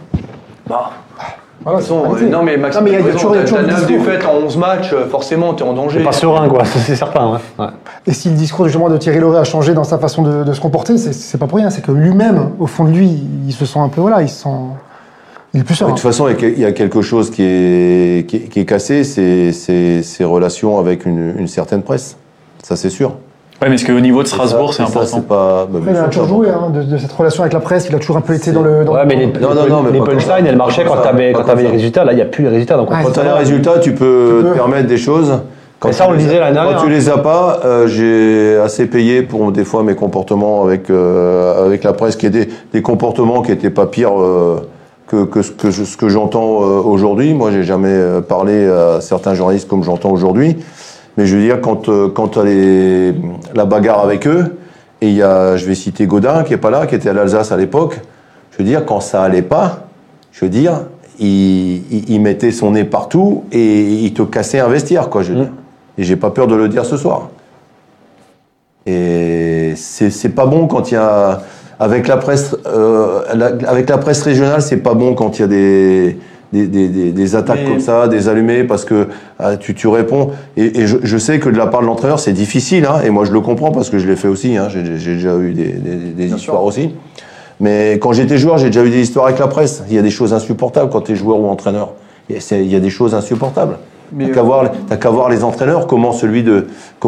Voilà, non mais Maxime, il y a toujours des 9 défaites en 11 matchs, forcément, t'es en danger. C'est pas serein, quoi, ça, c'est certain. Ouais. Et si le discours justement de Thierry Laurey a changé dans sa façon de se comporter, c'est pas pour rien, c'est que lui-même, au fond de lui, il se sent un peu, il est plus serein. De toute façon, il y a quelque chose qui est cassé, c'est ses relations avec une certaine presse. Ça, c'est sûr. Ouais, mais est-ce qu'au niveau de Strasbourg, c'est important ? Il a toujours joué de cette relation avec la presse, il a toujours un peu été dans le... Ouais, mais les punchlines, elles marchaient quand t'avais les résultats. Là, il n'y a plus les résultats. Donc quand tu as les résultats, tu peux te permettre des choses. Mais ça, on le disait l'année dernière. Quand tu les as pas, j'ai assez payé pour des fois mes comportements avec la presse, qui étaient des comportements qui n'étaient pas pires que ce que j'entends aujourd'hui. Moi, j'ai jamais parlé à certains journalistes comme j'entends aujourd'hui. Mais je veux dire, quand tu as la bagarre avec eux, et il y a, je vais citer Godin, qui est pas là, qui était à l'Alsace à l'époque, je veux dire, quand ça allait pas, je veux dire, il mettait son nez partout et il te cassait un vestiaire, quoi, je veux dire. Et j'ai pas peur de le dire ce soir. Et c'est pas bon quand il y a avec la presse régionale, c'est pas bon quand il y a des attaques comme ça, des allumés, parce que tu réponds. Et je sais que de la part de l'entraîneur, c'est difficile, hein, et moi je le comprends parce que je l'ai fait aussi. Hein, j'ai déjà eu des histoires aussi. Mais quand j'étais joueur, j'ai déjà eu des histoires avec la presse. Il y a des choses insupportables quand tu es joueur ou entraîneur. Il y a des choses insupportables. T'as qu'à voir les entraîneurs, comment celui de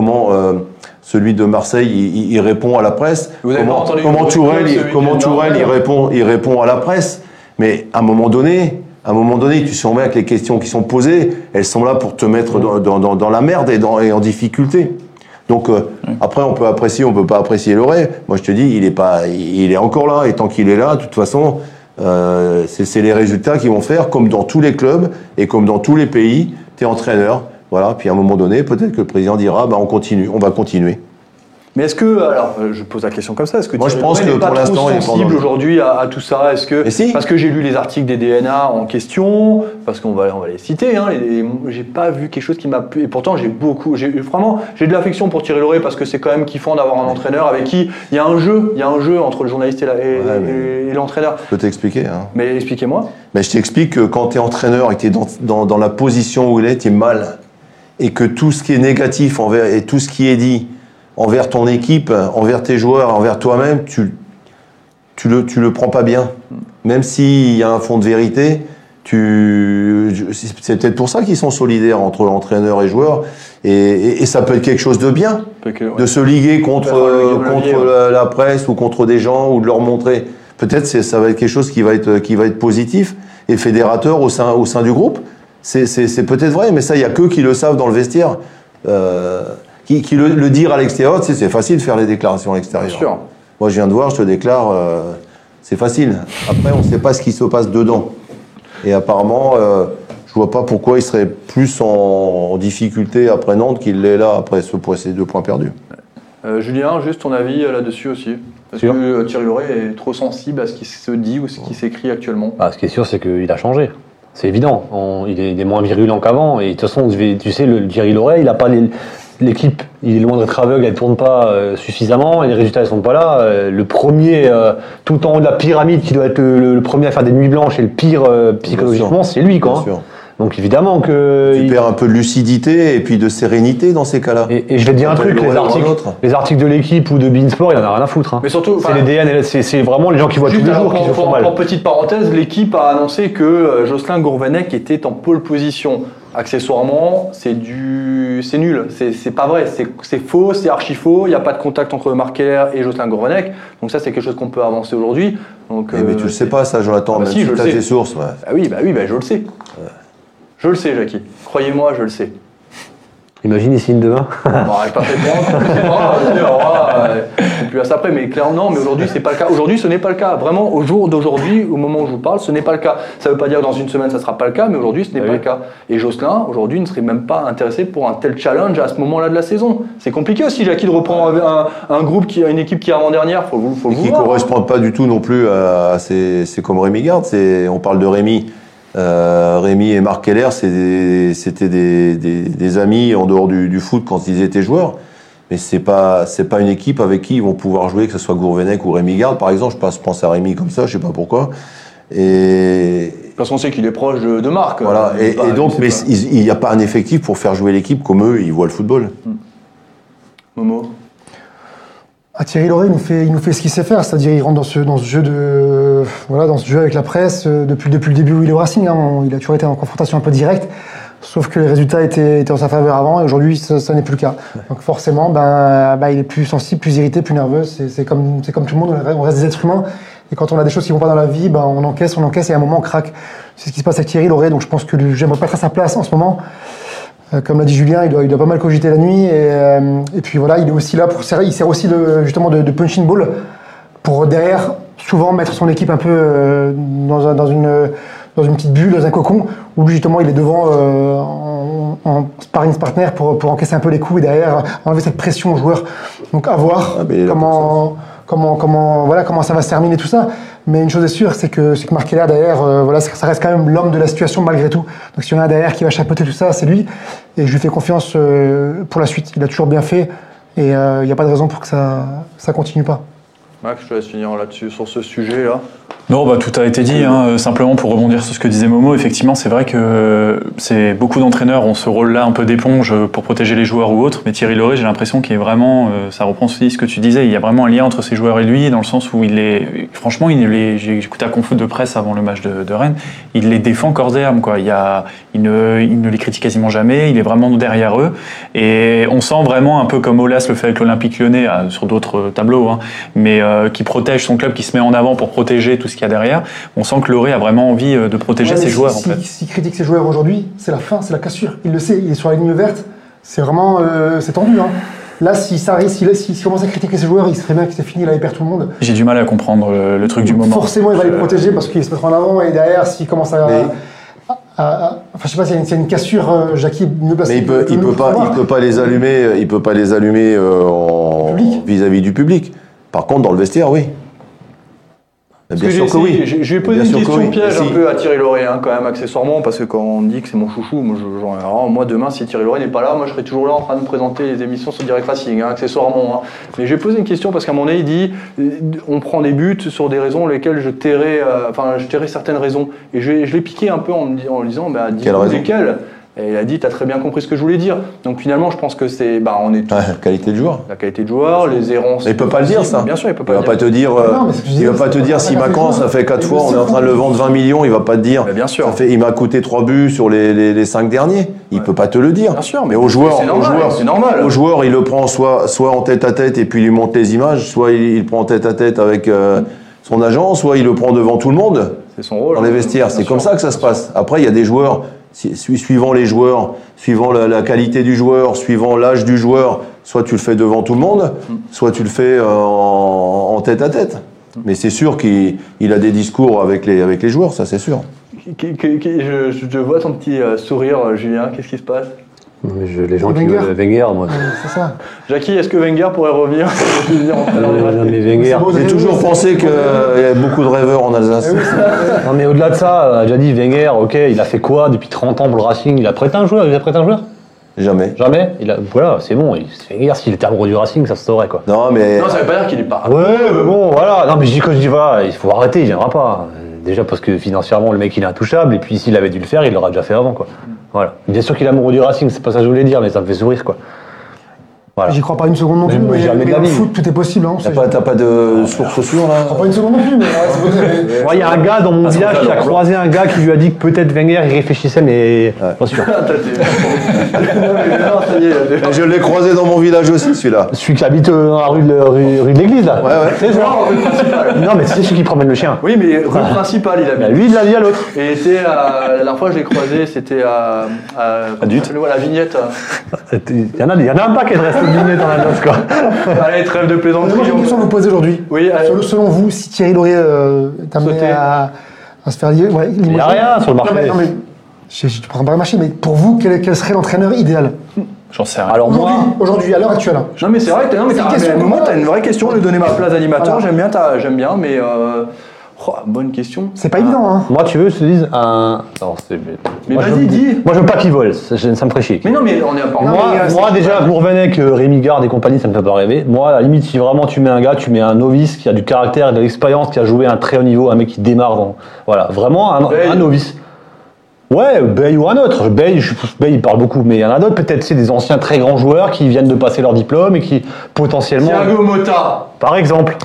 Marseille il répond à la presse. Comment Tourelle il répond à la presse. Mais à un moment donné, tu sens bien que les questions qui sont posées, elles sont là pour te mettre dans la merde et en difficulté. Donc après, on peut apprécier, on peut pas apprécier Loré. Moi, je te dis, il est encore là, et tant qu'il est là, de toute façon, c'est les résultats qui vont faire, comme dans tous les clubs et comme dans tous les pays. T'es entraîneur, voilà. Puis à un moment donné, peut-être que le président dira, on va continuer. Mais est-ce que, alors je pose la question comme ça, est-ce que moi je pense que pour l'instant il est sensible aujourd'hui à tout ça? Est-ce que parce que j'ai lu les articles des DNA en question, parce qu'on va les citer, hein, j'ai pas vu quelque chose qui m'a plu, et pourtant j'ai de l'affection pour Thierry Lauré parce que c'est quand même kiffant d'avoir un entraîneur avec qui il y a un jeu entre le journaliste et l'entraîneur. Je peux t'expliquer. Hein. Mais expliquez-moi. Mais je t'explique que quand tu es entraîneur et que tu es dans la position où il est, tu es mal, et que tout ce qui est négatif et tout ce qui est dit envers ton équipe, envers tes joueurs, envers toi-même, tu le prends pas bien. Même s'il y a un fond de vérité, c'est peut-être pour ça qu'ils sont solidaires entre entraîneurs et joueurs. Et ça peut être quelque chose de bien, de se liguer contre la presse ou contre des gens, ou de leur montrer. Peut-être ça va être quelque chose qui va être positif et fédérateur au sein du groupe. C'est peut-être vrai, mais ça, il y a qu'eux qui le savent dans le vestiaire. Qui le dire à l'extérieur, c'est facile de faire les déclarations à l'extérieur. Bien sûr. Moi, je viens de voir, je te déclare, c'est facile. Après, on ne sait pas ce qui se passe dedans. Et apparemment, je vois pas pourquoi il serait plus en difficulté après Nantes qu'il l'est là, après ces 2 points perdus. Julien, juste ton avis là-dessus aussi. Est-ce que Thierry Lauré est trop sensible à ce qui se dit ou ce qui s'écrit actuellement? Ce qui est sûr, c'est qu'il a changé. C'est évident. Il est moins virulent qu'avant. Et de toute façon, tu sais, le Thierry Lauré, il n'a pas l'équipe, il est loin d'être aveugle, elle ne tourne pas suffisamment, et les résultats ne sont pas là. Le premier, tout en haut de la pyramide, qui doit être le premier à faire des nuits blanches et le pire psychologiquement, c'est lui, quoi. Hein. Donc évidemment que... Tu perds un peu de lucidité et puis de sérénité dans ces cas-là. Et je vais te dire un truc, les articles de l'équipe ou de Beansport, il en a rien à foutre. Hein. Mais surtout, c'est les DN, c'est vraiment les gens qui voient tous les jours qui se font mal. En petite parenthèse, l'équipe a annoncé que Jocelyn Gourvenec était en pole position. Accessoirement, c'est nul, c'est pas vrai, c'est faux, c'est archi faux, il n'y a pas de contact entre Marc Keller et Jocelyn Gourvenec, donc ça c'est quelque chose qu'on peut avancer aujourd'hui. Mais tu le sais pas ça, Jonathan, même si tu as tes sources. Ouais. Ah oui, je le sais. Ouais. Je le sais, Jackie, croyez-moi, je le sais. Imagine ici demain. Bon, je pas fait plus à ça après, mais clairement non, mais aujourd'hui c'est pas le cas. Aujourd'hui ce n'est pas le cas. Vraiment, au jour d'aujourd'hui, au moment où je vous parle, ce n'est pas le cas. Ça veut pas dire que dans une semaine ça sera pas le cas, mais aujourd'hui ce n'est pas le cas. Et Jocelyn, aujourd'hui, ne serait même pas intéressé pour un tel challenge à ce moment-là de la saison. C'est compliqué aussi, Jackie, de reprendre un groupe une équipe qui est avant-dernière, faut le voir. Qui correspond pas du tout non plus à c'est comme Rémi Garde, on parle de Rémi. Rémi et Marc Keller, c'était des amis en dehors du foot quand ils étaient joueurs, mais c'est pas une équipe avec qui ils vont pouvoir jouer, que ce soit Gourvenec ou Rémi Garde par exemple. Je pense à Rémi comme ça, je sais pas pourquoi. Parce qu'on sait qu'il est proche de Marc. Voilà. Et donc, mais il n'y a pas un effectif pour faire jouer l'équipe comme eux, ils voient le football. Momo. Thierry Lauré, il nous fait ce qu'il sait faire, c'est-à-dire il rentre dans ce jeu avec la presse depuis le début où il est au Racing. Hein, il a toujours été en confrontation un peu directe, sauf que les résultats étaient en sa faveur avant, et aujourd'hui ça n'est plus le cas. Donc forcément, il est plus sensible, plus irrité, plus nerveux. C'est comme tout le monde, on reste des êtres humains, et quand on a des choses qui vont pas dans la vie, on encaisse, et à un moment on craque. C'est ce qui se passe avec Thierry Lauré, donc je pense que j'aimerais pas être à sa place en ce moment. Comme l'a dit Julien, il doit pas mal cogiter la nuit, et puis voilà, il est aussi là il sert aussi de punching ball pour derrière souvent mettre son équipe un peu dans une petite bulle, dans un cocon où lui justement il est devant en sparring partner pour encaisser un peu les coups et derrière enlever cette pression aux joueurs. Donc à voir comment ça va se terminer tout ça. Mais une chose est sûre, c'est que Marc Keller derrière, ça reste quand même l'homme de la situation malgré tout. Donc s'il y en a un derrière qui va chapeauter tout ça, c'est lui. Et je lui fais confiance pour la suite. Il a toujours bien fait et il n'y a pas de raison pour que ça continue pas. Max, je te laisse finir là-dessus, sur ce sujet-là. Non, tout a été dit. Simplement pour rebondir sur ce que disait Momo, effectivement, c'est vrai que beaucoup d'entraîneurs ont ce rôle-là un peu d'éponge pour protéger les joueurs ou autres. Mais Thierry Laurey, j'ai l'impression qu'il est vraiment, ça reprend aussi ce que tu disais, il y a vraiment un lien entre ces joueurs et lui, dans le sens où franchement, j'ai écouté la conf de presse avant le match de Rennes, il les défend corps et âme, quoi. Il ne les critique quasiment jamais, il est vraiment derrière eux. Et on sent vraiment un peu comme Aulas le fait avec l'Olympique Lyonnais, sur d'autres tableaux, mais qui protège son club, qui se met en avant pour protéger tout ce qu'il y a derrière. On sent que Laurey a vraiment envie de protéger ses joueurs. S'il critique ses joueurs aujourd'hui, c'est la fin, c'est la cassure. Il le sait, il est sur la ligne verte. C'est vraiment, c'est tendu. Là, s'il commence à critiquer ses joueurs, il serait bien que c'est fini, là, il perd tout le monde. J'ai du mal à comprendre le truc du moment. Forcément, il va les protéger parce qu'il se mettra en avant et derrière, s'il commence à... je sais pas s'il y a une cassure, Jackie ne passe. Mais il peut pas les allumer vis-à-vis du public. Par contre, dans le vestiaire, oui. Bien sûr que oui. Je vais poser une question piège un peu à Thierry Laurey, quand même, accessoirement, parce que quand on dit que c'est mon chouchou, moi demain, si Thierry Laurey n'est pas là, moi je serai toujours là en train de présenter les émissions sur Direct Racing, accessoirement. Mais je vais poser une question parce qu'à mon avis, il dit on prend des buts sur des raisons lesquelles je tairai certaines raisons. Et je l'ai piqué un peu en lui disant, dis-nous lesquelles. Et il a dit, t'as très bien compris ce que je voulais dire. Donc finalement, je pense que c'est, on est tous. Qualité de joueur. La qualité de joueur, les errances. Mais il peut pas le dire, ça. Bien sûr, il peut pas. Il va pas te dire. Il va pas te dire si Macan, ça fait 4 fois, on est en train de le vendre 20 millions, il va pas te dire. Bien sûr. Il m'a coûté 3 buts sur les 5 derniers. Il peut pas te le dire. Bien sûr. Mais au joueur, c'est normal. Au joueur, il le prend soit en tête à tête et puis il lui montre les images, soit il prend en tête à tête avec son agent, soit il le prend devant tout le monde. C'est son rôle. Dans les vestiaires. C'est comme ça que ça se passe. Après, il y a des joueurs. Suivant les joueurs, suivant la qualité du joueur, suivant l'âge du joueur, soit tu le fais devant tout le monde, soit tu le fais en tête à tête. Mais c'est sûr qu'il a des discours avec les joueurs, ça c'est sûr. Je vois ton petit sourire, Julien, qu'est-ce qui se passe? Les gens qui veulent Wenger, moi. C'est ça. Jackie, est-ce que Wenger pourrait revenir? Mais Wenger. J'ai toujours pensé qu'il y avait beaucoup de rêveurs en Alsace. Non, mais au-delà de ça, on a déjà dit Wenger, ok, il a fait quoi depuis 30 ans pour le Racing? Il a prêté un joueur? Jamais. Jamais. Voilà, c'est bon. Wenger, s'il était amoureux du Racing, ça se saurait, quoi. Non, ça veut pas dire qu'il est pas. Ouais, mais bon, voilà. Non, mais quand je dis, voilà, il faut arrêter, il viendra pas. Déjà parce que financièrement, le mec, il est intouchable. Et puis, s'il avait dû le faire, il l'aurait déjà fait avant, quoi. Voilà. Bien sûr qu'il est amoureux du Racing, c'est pas ça que je voulais dire, mais ça me fait sourire, quoi. Voilà. J'y crois pas une seconde non plus, mais dans le foot, tout est possible. T'as pas de source sûre, là? Je crois pas une seconde non plus, mais c'est il y a un gars dans mon village qui a croisé un gars qui lui a dit que peut-être Wenger, il réfléchissait, mais pas sûr. Je l'ai croisé dans mon village aussi, celui-là. Celui qui habite dans la rue de l'église, là. Ouais. C'est ça. Non, mais c'est celui qui promène le chien. Oui, mais rue principale, il habite. Lui, il l'a dit à l'autre. Et la dernière fois, je l'ai croisé, c'était à Dutte. La Vignette. Il y en a un paquet de restes de vignettes dans la noce, quoi. Allez, trêve de plaisanterie. Moi, j'ai une question à vous poser aujourd'hui. Oui, selon vous, si Thierry Laurey est amené à se faire lier. Ouais, il n'y a rien sur le marché. Non, mais je prends pas le marché, mais pour vous, quel serait l'entraîneur idéal? J'en sais rien. Alors aujourd'hui, à l'heure actuelle. Non, mais c'est vrai, t'as une vraie question de donner ma place d'animateur. Voilà. J'aime bien, mais. Bonne question. C'est pas évident, hein. Moi, tu veux, je te dise un. Non, c'est. Mais vas-y, dis. Moi, je veux pas qu'ils volent, ça me ferait chier. Mais non, mais on est pas. Moi, déjà, Gourvenec, Rémi Garde et compagnie, ça me fait pas rêver. Moi, à la limite, si vraiment tu mets un gars, tu mets un novice qui a du caractère et de l'expérience, qui a joué à un très haut niveau, un mec qui démarre dans. Voilà, vraiment un novice. Ouais, Bay ou un autre. Bay, il parle beaucoup, mais il y en a d'autres, peut-être, c'est des anciens très grands joueurs qui viennent de passer leur diplôme et qui potentiellement. Thiago Motta. Par exemple.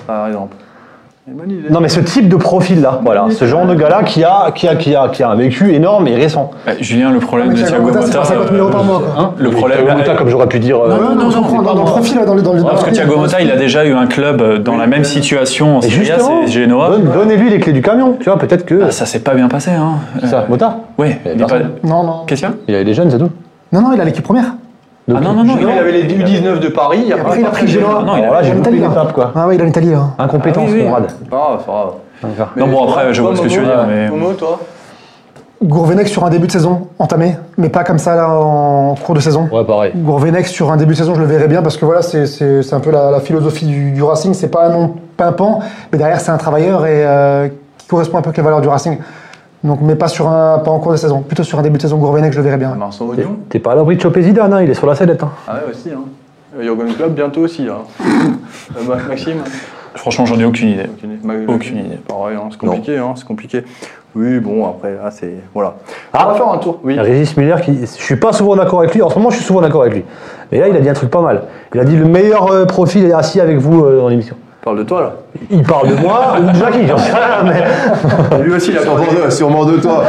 Non, mais ce type de profil-là, voilà, ce genre de gars-là qui a un vécu énorme et récent. Julien, le problème de Thiago Motta. C'est 50 000 € par mois, quoi. Le problème. Thiago Motta, comme j'aurais pu dire. Non, dans le profil, dans le. Parce que Thiago Motta, il a déjà eu un club dans la même situation en Serie A, c'est Genoa. Donnez-lui les clés du camion, tu vois, peut-être que. Ça s'est pas bien passé, hein. Ça, Motta? Oui. Non. Qu'est-ce qu'il y a? Il avait des jeunes, c'est tout. Non, il a l'équipe première. Non. Il avait les U19 de Paris. Après, il a pris Genoa. Non, là, j'ai loupé l'étape, quoi. Ah oui, il a l'Italie, là. Incompétence, Conrad. Ah, ça va. Non, bon, après, je vois ce que tu veux dire, mais. Momo, toi? Gourvenec sur un début de saison entamé, mais pas comme ça là en cours de saison. Ouais, pareil. Gourvenec sur un début de saison, je le verrais bien parce que voilà, c'est un peu la philosophie du Racing. C'est pas un nom pimpant, mais derrière c'est un travailleur et qui correspond un peu avec les valeurs du Racing. Donc, mais pas en cours de saison, plutôt sur un début de saison Gourvenec, je le verrais bien. Marceau Oignon. T'es pas à l'abri de choper Zidane, hein, il est sur la sellette. Hein. Ah ouais, aussi. Jürgen Klopp bientôt aussi. Maxime. Franchement, j'en ai aucune idée. Aucune idée. Pareil, hein, c'est compliqué, c'est compliqué. Oui, bon, après, là, c'est... Voilà. Ah. On va faire un tour. Oui. Régis Miller, je suis pas souvent d'accord avec lui. En ce moment, je suis souvent d'accord avec lui. Mais là, il a dit un truc pas mal. Il a dit le meilleur profil est assis avec vous dans l'émission. Parle de toi, là. Il parle de moi ou de Jackie, j'en sais rien, mais... Lui aussi, il a parlé. Sûrement de toi.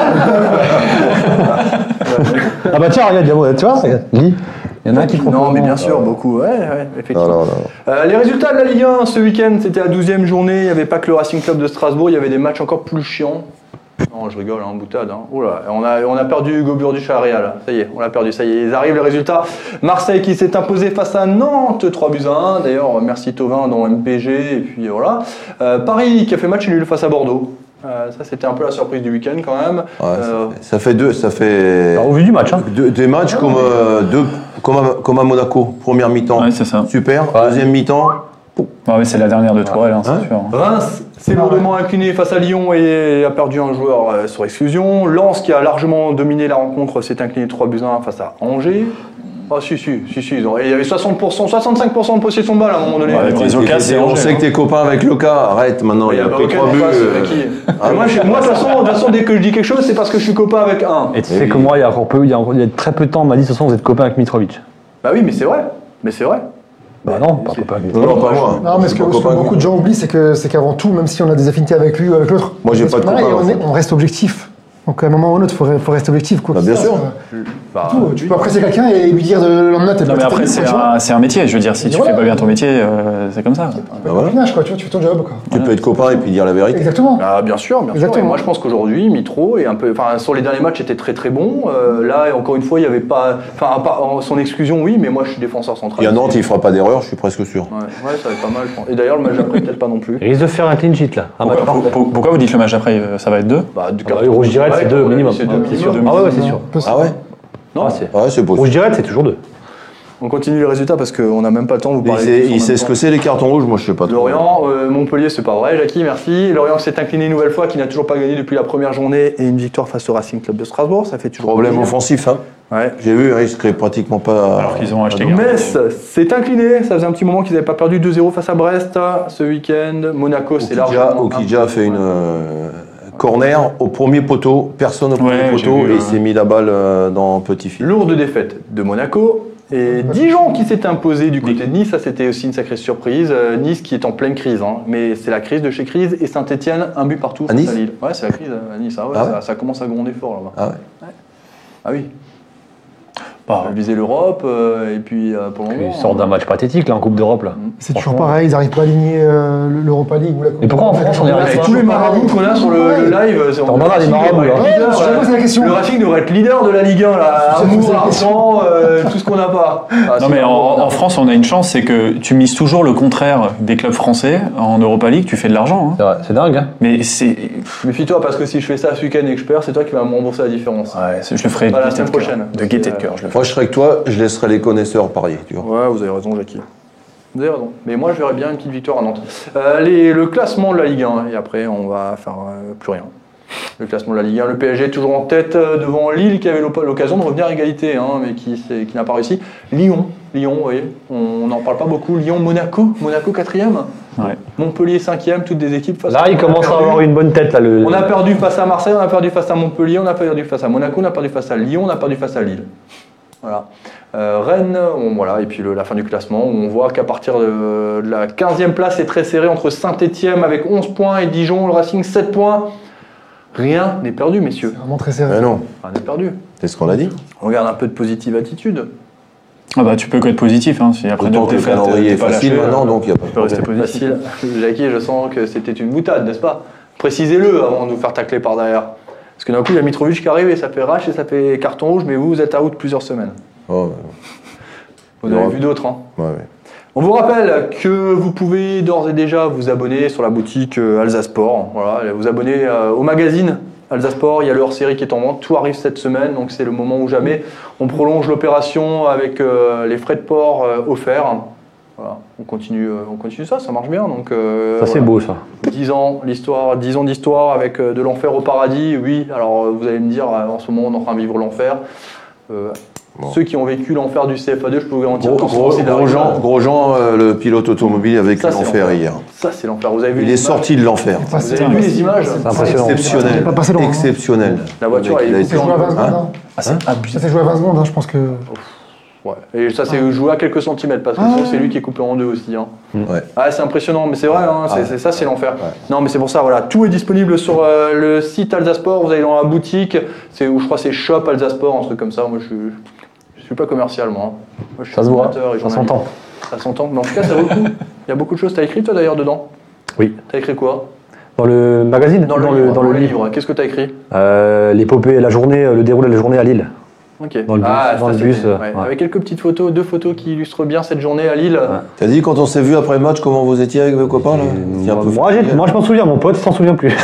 Ah bah tiens, regarde, tu vois, regarde, lis. Il y en a un qui Non, mais bien sûr, beaucoup. Ouais, effectivement. Non. Les résultats de la Ligue 1 ce week-end, c'était la 12e journée. Il n'y avait pas que le Racing Club de Strasbourg, il y avait des matchs encore plus chiants. Non, je rigole, hein, boutade. Hein. Oula, on a perdu Hugo Burduch à Real. Ça y est, on l'a perdu, ça y est. Ils arrivent, les résultats. Marseille qui s'est imposé face à Nantes, 3-1. D'ailleurs, merci Thauvin dans MPG. Et puis voilà. Paris qui a fait match nul face à Bordeaux. Ça, c'était un peu la surprise du week-end quand même. Ouais, ça fait Alors, au vu du match, hein. des matchs comme à Monaco. Première mi-temps, Ouais, c'est ça. super. Deuxième mi-temps, Ouais, c'est la dernière de Tourelle, hein, c'est sûr. Reims s'est lourdement incliné face à Lyon et a perdu un joueur sur exclusion. Lens, qui a largement dominé la rencontre, s'est incliné 3-1 face à Angers. Ah si, il y avait 60%, 65% de possession de balle à un moment donné. Ouais, les occasions, c'est on Angers, sait que t'es copain avec Loca, arrête maintenant, il y a pris 3 buts. Moi, de toute façon, dès que je dis quelque chose, c'est parce que je suis copain avec un. Et tu sais que moi, il y a très peu de temps, on m'a dit, de toute façon, vous êtes copain avec Mitrovic. Bah oui, mais c'est vrai. Bah non, pas copain avec Non, Mitrovic. pas moi. Non, mais ce que beaucoup de gens oublient, c'est qu'avant tout, même si on a des affinités avec lui ou avec l'autre, Moi, j'ai pas de pareil, copain, en fait. on reste objectif. Donc à un moment ou à un autre, il faut rester objectif. Quoi. Bah, bien sûr. Tu peux apprécier quelqu'un et lui dire de l'emmener. Non, mais après, c'est un métier. Je veux dire, si tu fais pas bien ton métier, c'est comme ça. Quoi, tu fais ton job. Quoi. Tu peux être copain et puis dire la vérité. Exactement. Ah, bien sûr. Exactement. Et moi, je pense qu'aujourd'hui, Mitro est un peu. Enfin, sur les derniers matchs, était très très bon. Là, encore une fois, il n'y avait pas. Enfin, à part son exclusion, oui, mais moi, je suis défenseur central. Et à Nantes, il fera pas d'erreur, je suis presque sûr. Ouais, ça va être pas mal, je pense. Et d'ailleurs, le match après, peut-être pas non plus. Il risque de faire un clean sheet là. Pourquoi vous dites le match après, ça va être 2 Du Ah bah, Rouge direct, c'est 2 minimum. C'est 2 C'est sûr. minimum. Ah ouais, c'est sûr. Ah ouais Non, Ah, c'est- Ouais, c'est Rouge possible. direct, c'est toujours 2. on continue les résultats parce qu'on n'a même pas le temps de vous parler. Il sait ce que c'est les cartons rouges, moi je sais pas trop. Lorient, Montpellier, c'est pas vrai, Jackie, merci. Lorient qui s'est incliné une nouvelle fois, qui n'a toujours pas gagné depuis la première journée, et une victoire face au Racing Club de Strasbourg, ça fait toujours Problème plaisir. offensif, hein. Ouais. J'ai vu, ils se créent pratiquement pas. Alors qu'ils ont acheté Metz s'est incliné, ça faisait un petit moment qu'ils n'avaient pas perdu 2-0 face à Brest ce week-end. Monaco, c'est largement. Okidja a fait une corner au premier poteau, personne au premier Ouais, j'ai poteau, vu, et il s'est mis la balle dans petit fil. Lourde défaite de Monaco. Et Dijon qui s'est imposé du côté de Nice, ça c'était aussi une sacrée surprise. Nice qui est en pleine crise, hein. Mais c'est la crise de chez crise. Et Saint-Etienne, un but partout À face Nice à Lille. Ouais, c'est la crise à Nice, ah ouais, Ah ouais ça commence à gronder fort là-bas. Ah ouais. Ah oui, Bah, on va viser l'Europe, et puis pour le moment. Ils sortent d'un match pathétique là en Coupe d'Europe là. C'est toujours pareil, ils n'arrivent pas à aligner l'Europa League ou la Coupe. Mais pourquoi en France on y arrive Avec pas tous les marabouts qu'on a sur le live, T'en as des marabouts, là. Ouais, je te pose la question. Le Racing devrait être leader de la Ligue 1, là. Je te pose Amour, la question. argent, tout ce qu'on n'a pas. Ah, non c'est mais vraiment- en France on a une chance, c'est que tu mises toujours le contraire des clubs français. En Europa League tu fais de l'argent, hein. C'est vrai, c'est dingue hein. Mais c'est... Méfie-toi, parce que si je fais ça ce week-end et que je perds, c'est toi qui vas me rembourser la différence. Ouais, je le ferai Pas la gaieté semaine de cœur. prochaine. De gaieté de cœur, je le ferai. Moi je serais que toi, je laisserais les connaisseurs parier, tu vois. Ouais, vous avez raison, Jackie. Vous avez raison. Mais moi, je verrais bien une petite victoire à Nantes. Le classement de la Ligue 1, et après, on va faire plus rien. Le classement de la Ligue 1, le PSG est toujours en tête devant Lille, qui avait l'occasion de revenir à égalité, hein, mais qui n'a pas réussi. Lyon, vous voyez, on n'en parle pas beaucoup. Lyon, Monaco 4e. Ouais. Montpellier 5e, toutes des équipes face Là, il commence à avoir une bonne tête là. On a perdu face à Marseille, on a perdu face à Montpellier, on a perdu face à Monaco, on a perdu face à Lyon, on a perdu face à Lille. Voilà. Rennes, voilà, et puis la fin du classement, où on voit qu'à partir de la 15e place, c'est très serré entre Saint-Etienne avec 11 points et Dijon, le Racing 7 points. Rien n'est perdu, messieurs. C'est vraiment très serré. Mais non, Rien n'est perdu. c'est ce qu'on a dit. On regarde un peu de positive attitude. Ah bah tu peux que être positif, hein. Si après Autant deux que le défaites, calendrier t'es est pas facile lâché, maintenant, donc il n'y a pas tu de peux rester problème. positif. Facile. Jackie, je sens que c'était une boutade, n'est-ce pas? Précisez-le avant de nous faire tacler par derrière. Parce que d'un coup, il y a Mitrovic qui arrive et ça fait rage et ça fait carton rouge, mais vous êtes out plusieurs semaines. Oh, Vous Non. avez vu d'autres, hein. ouais. On vous rappelle que vous pouvez d'ores et déjà vous abonner sur la boutique Alsasport. Voilà, vous abonner au magazine Alsasport. Il y a le hors-série qui est en vente. Tout arrive cette semaine, donc c'est le moment où jamais. On prolonge l'opération avec les frais de port offerts. Voilà, on continue ça, ça marche bien. Donc, Ça c'est voilà. beau ça. 10 ans d'histoire avec de l'enfer au paradis. Oui, alors vous allez me dire, en ce moment on est en train de vivre l'enfer. Bon. Ceux qui ont vécu l'enfer du CFA2, je peux vous garantir qu'en France, c'est Grosjean, le pilote automobile, a vécu Ça, c'est l'enfer hier. Ça, c'est l'enfer. Vous avez vu Il les est images sorti de l'enfer. Enfin, Vous avez vu les images C'est impressionnant. Il Exceptionnel. est pas passé loin, hein. Exceptionnel. La voiture, Le mec, elle est il a Ça été- fait jouer à 20 secondes. Hein Hein. Ah, c'est abusé. Ça fait jouer à 20 secondes, hein, je pense que. Ouais. Et ça, c'est joué à quelques centimètres, parce que sinon, c'est lui qui est coupé en deux aussi. Hein. Ouais. Ah, c'est impressionnant, mais c'est vrai, hein, ça, c'est l'enfer. Ouais. Non, mais c'est pour ça, voilà. Tout est disponible sur le site Alsasport. Vous allez dans la boutique, où je crois que c'est Shop Alsasport, un truc comme ça. Moi, je suis pas commercial, moi. Moi, je suis Ça se voit, amateur et ça journaliste. s'entend. Ça s'entend, mais en tout cas, ça vaut le coup. Il y a beaucoup de choses. T'as écrit, toi, d'ailleurs, dedans? Oui. T'as écrit quoi? Dans le magazine Dans le livre. Qu'est-ce que t'as écrit? L'épopée, le déroulé de la journée à Lille. Ok. Dans le bus, dans le ça, bus, c'était- ouais. Avec quelques petites photos, 2 photos qui illustrent bien cette journée à Lille. T'as dit quand on s'est vu après le match comment vous étiez avec vos copains là? C'était un peu Moi, fatigué. je m'en souviens, mon pote, il s'en souvient plus.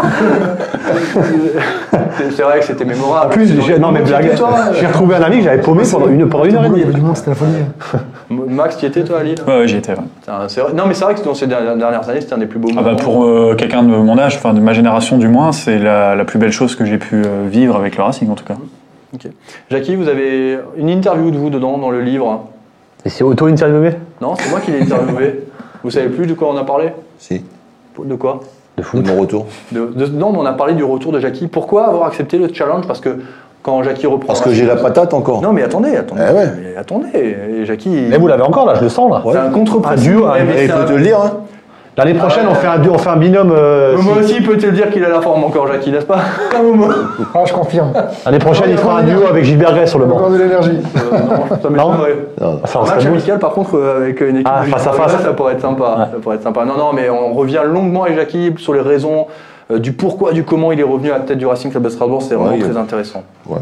C'est vrai que c'était mémorable. En plus, non mais blague, Toi, j'ai retrouvé un ami que j'avais paumé pendant une heure et Il y demie. avait du monde, c'était la folie. Max, tu y étais toi à Lille? Ouais, j'y étais. Ouais. C'est vrai. Non, mais c'est vrai que dans ces dernières années, c'était un des plus beaux Ah moments. bah pour quelqu'un de mon âge, enfin de ma génération du moins, c'est la plus belle chose que j'ai pu vivre avec le Racing en tout cas. Ok. Jackie, vous avez une interview de vous dedans dans le livre. Et c'est auto-interviewé Non, c'est moi qui l'ai interviewé. Vous savez plus de quoi on a parlé? Si, De quoi? de de foot. mon retour. Non, mais on a parlé du retour de Jackie. Pourquoi avoir accepté le challenge? Parce que quand Jackie reprend. Parce que j'ai la patate encore. Non, mais attendez. Eh ouais. Mais attendez. Et Jackie. Mais vous l'avez encore là, je le sens là. C'est un contre-pressing. Un duo, Ouais, mais Et il c'est peut un- te le dire, hein. L'année prochaine, Ah ouais. on fait un binôme. Moi aussi, il peut te le dire qu'il a la forme encore, Jackie, n'est-ce pas? Momo. Ah, je confirme. L'année prochaine, il fera un duo avec Gilbert Gray sur le banc. Encore de l'énergie. Non, ça Non. m'étonnerait. Non. Ça Un serait match beau. amical, par contre, avec une équipe Ah, de face à Gilbert face. Gray, ça pourrait être sympa. Ouais. Ça pourrait être sympa. Non, mais on revient longuement avec Jackie sur les raisons du pourquoi, du comment il est revenu à la tête du Racing Club de Strasbourg. C'est vraiment Ouais, très intéressant. Ouais.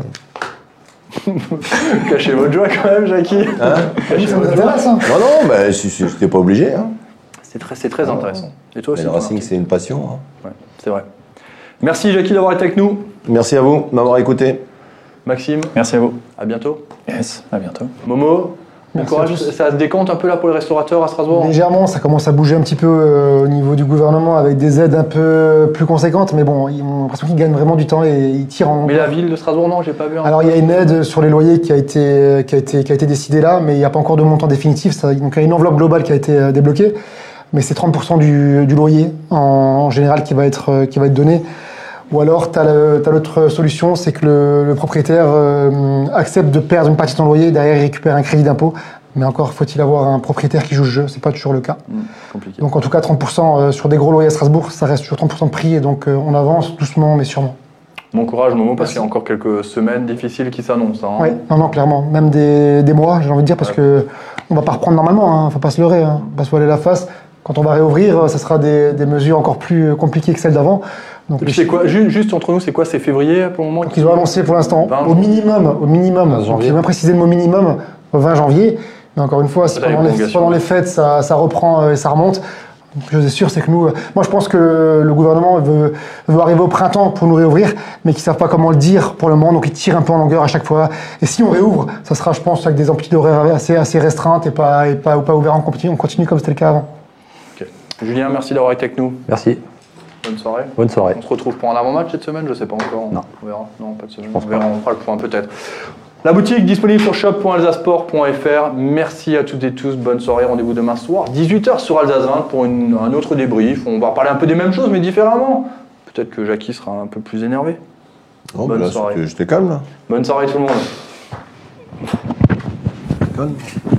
Cachez votre joie quand même, Jackie. Cachez Ça nous votre joie. intéresse, hein. Non, mais j'étais pas obligé. Hein. C'est très intéressant. Et toi Mais aussi. le toi, Racing, Martin. c'est une passion. Hein. Ouais, c'est vrai. Merci, Jackie, d'avoir été avec nous. Merci à vous de m'avoir écouté. Maxime, Merci à vous. à bientôt. Yes, à bientôt. Momo, bon Merci courage. à tous. Ça se décante un peu là pour les restaurateurs à Strasbourg? Légèrement, ça commence à bouger un petit peu au niveau du gouvernement avec des aides un peu plus conséquentes, mais bon, on a l'impression qu'ils gagnent vraiment du temps et ils tirent en. Mais la ville de Strasbourg, non, j'ai pas vu. Alors il y a une aide sur les loyers qui a été décidée là, mais il n'y a pas encore de montant définitif. Donc il y a une enveloppe globale qui a été débloquée, mais c'est 30% du loyer en général qui va être donné. Ou alors, tu as l'autre solution, c'est que le propriétaire accepte de perdre une partie de son loyer et derrière il récupère un crédit d'impôt. Mais encore, faut-il avoir un propriétaire qui joue le jeu, c'est pas toujours le cas. Compliqué. Donc en tout cas, 30% sur des gros loyers à Strasbourg, ça reste sur 30% de prix, et donc on avance doucement mais sûrement. Bon courage, Momo, parce qu'il y a encore quelques semaines difficiles qui s'annoncent. Hein. Oui, non, clairement. Même des mois, j'ai envie de dire, parce que on va pas reprendre normalement, hein, faut pas se leurrer, hein, pas se voiler la face. Quand on va réouvrir, ça sera des mesures encore plus compliquées que celles d'avant. Donc, Et puis c'est quoi, juste entre nous, c'est quoi? C'est février pour le moment? donc ils ont annoncé pour l'instant, 20 au minimum, donc janvier. ils ont bien précisé le mot minimum, au 20 janvier. Mais encore une fois, si Ça a une pendant prolongation. les fêtes, ça reprend et ça remonte, une chose est sûre, c'est que nous, moi je pense que le gouvernement veut arriver au printemps pour nous réouvrir, mais qu'ils ne savent pas comment le dire pour le moment, donc ils tirent un peu en longueur à chaque fois. Et si on réouvre, ça sera, je pense, avec des amplitudes horaires assez restreintes et pas ouvert en continu, on continue comme c'était le cas avant. Ok. Julien, merci d'avoir été avec nous. Merci. Bonne soirée. Bonne soirée. On se retrouve pour un avant-match cette semaine, je sais pas encore. Non. On verra. Non, pas de semaine. pense On verra, on fera le point peut-être. La boutique disponible sur shop.alsasport.fr. Merci à toutes et tous. Bonne soirée. Rendez-vous demain soir, 18h sur Alsace 20 pour un autre débrief. On va parler un peu des mêmes choses, mais différemment. Peut-être que Jackie sera un peu plus énervé. Non, Bonne mais là, soirée. j'étais calme là. Bonne soirée tout le monde. Calme.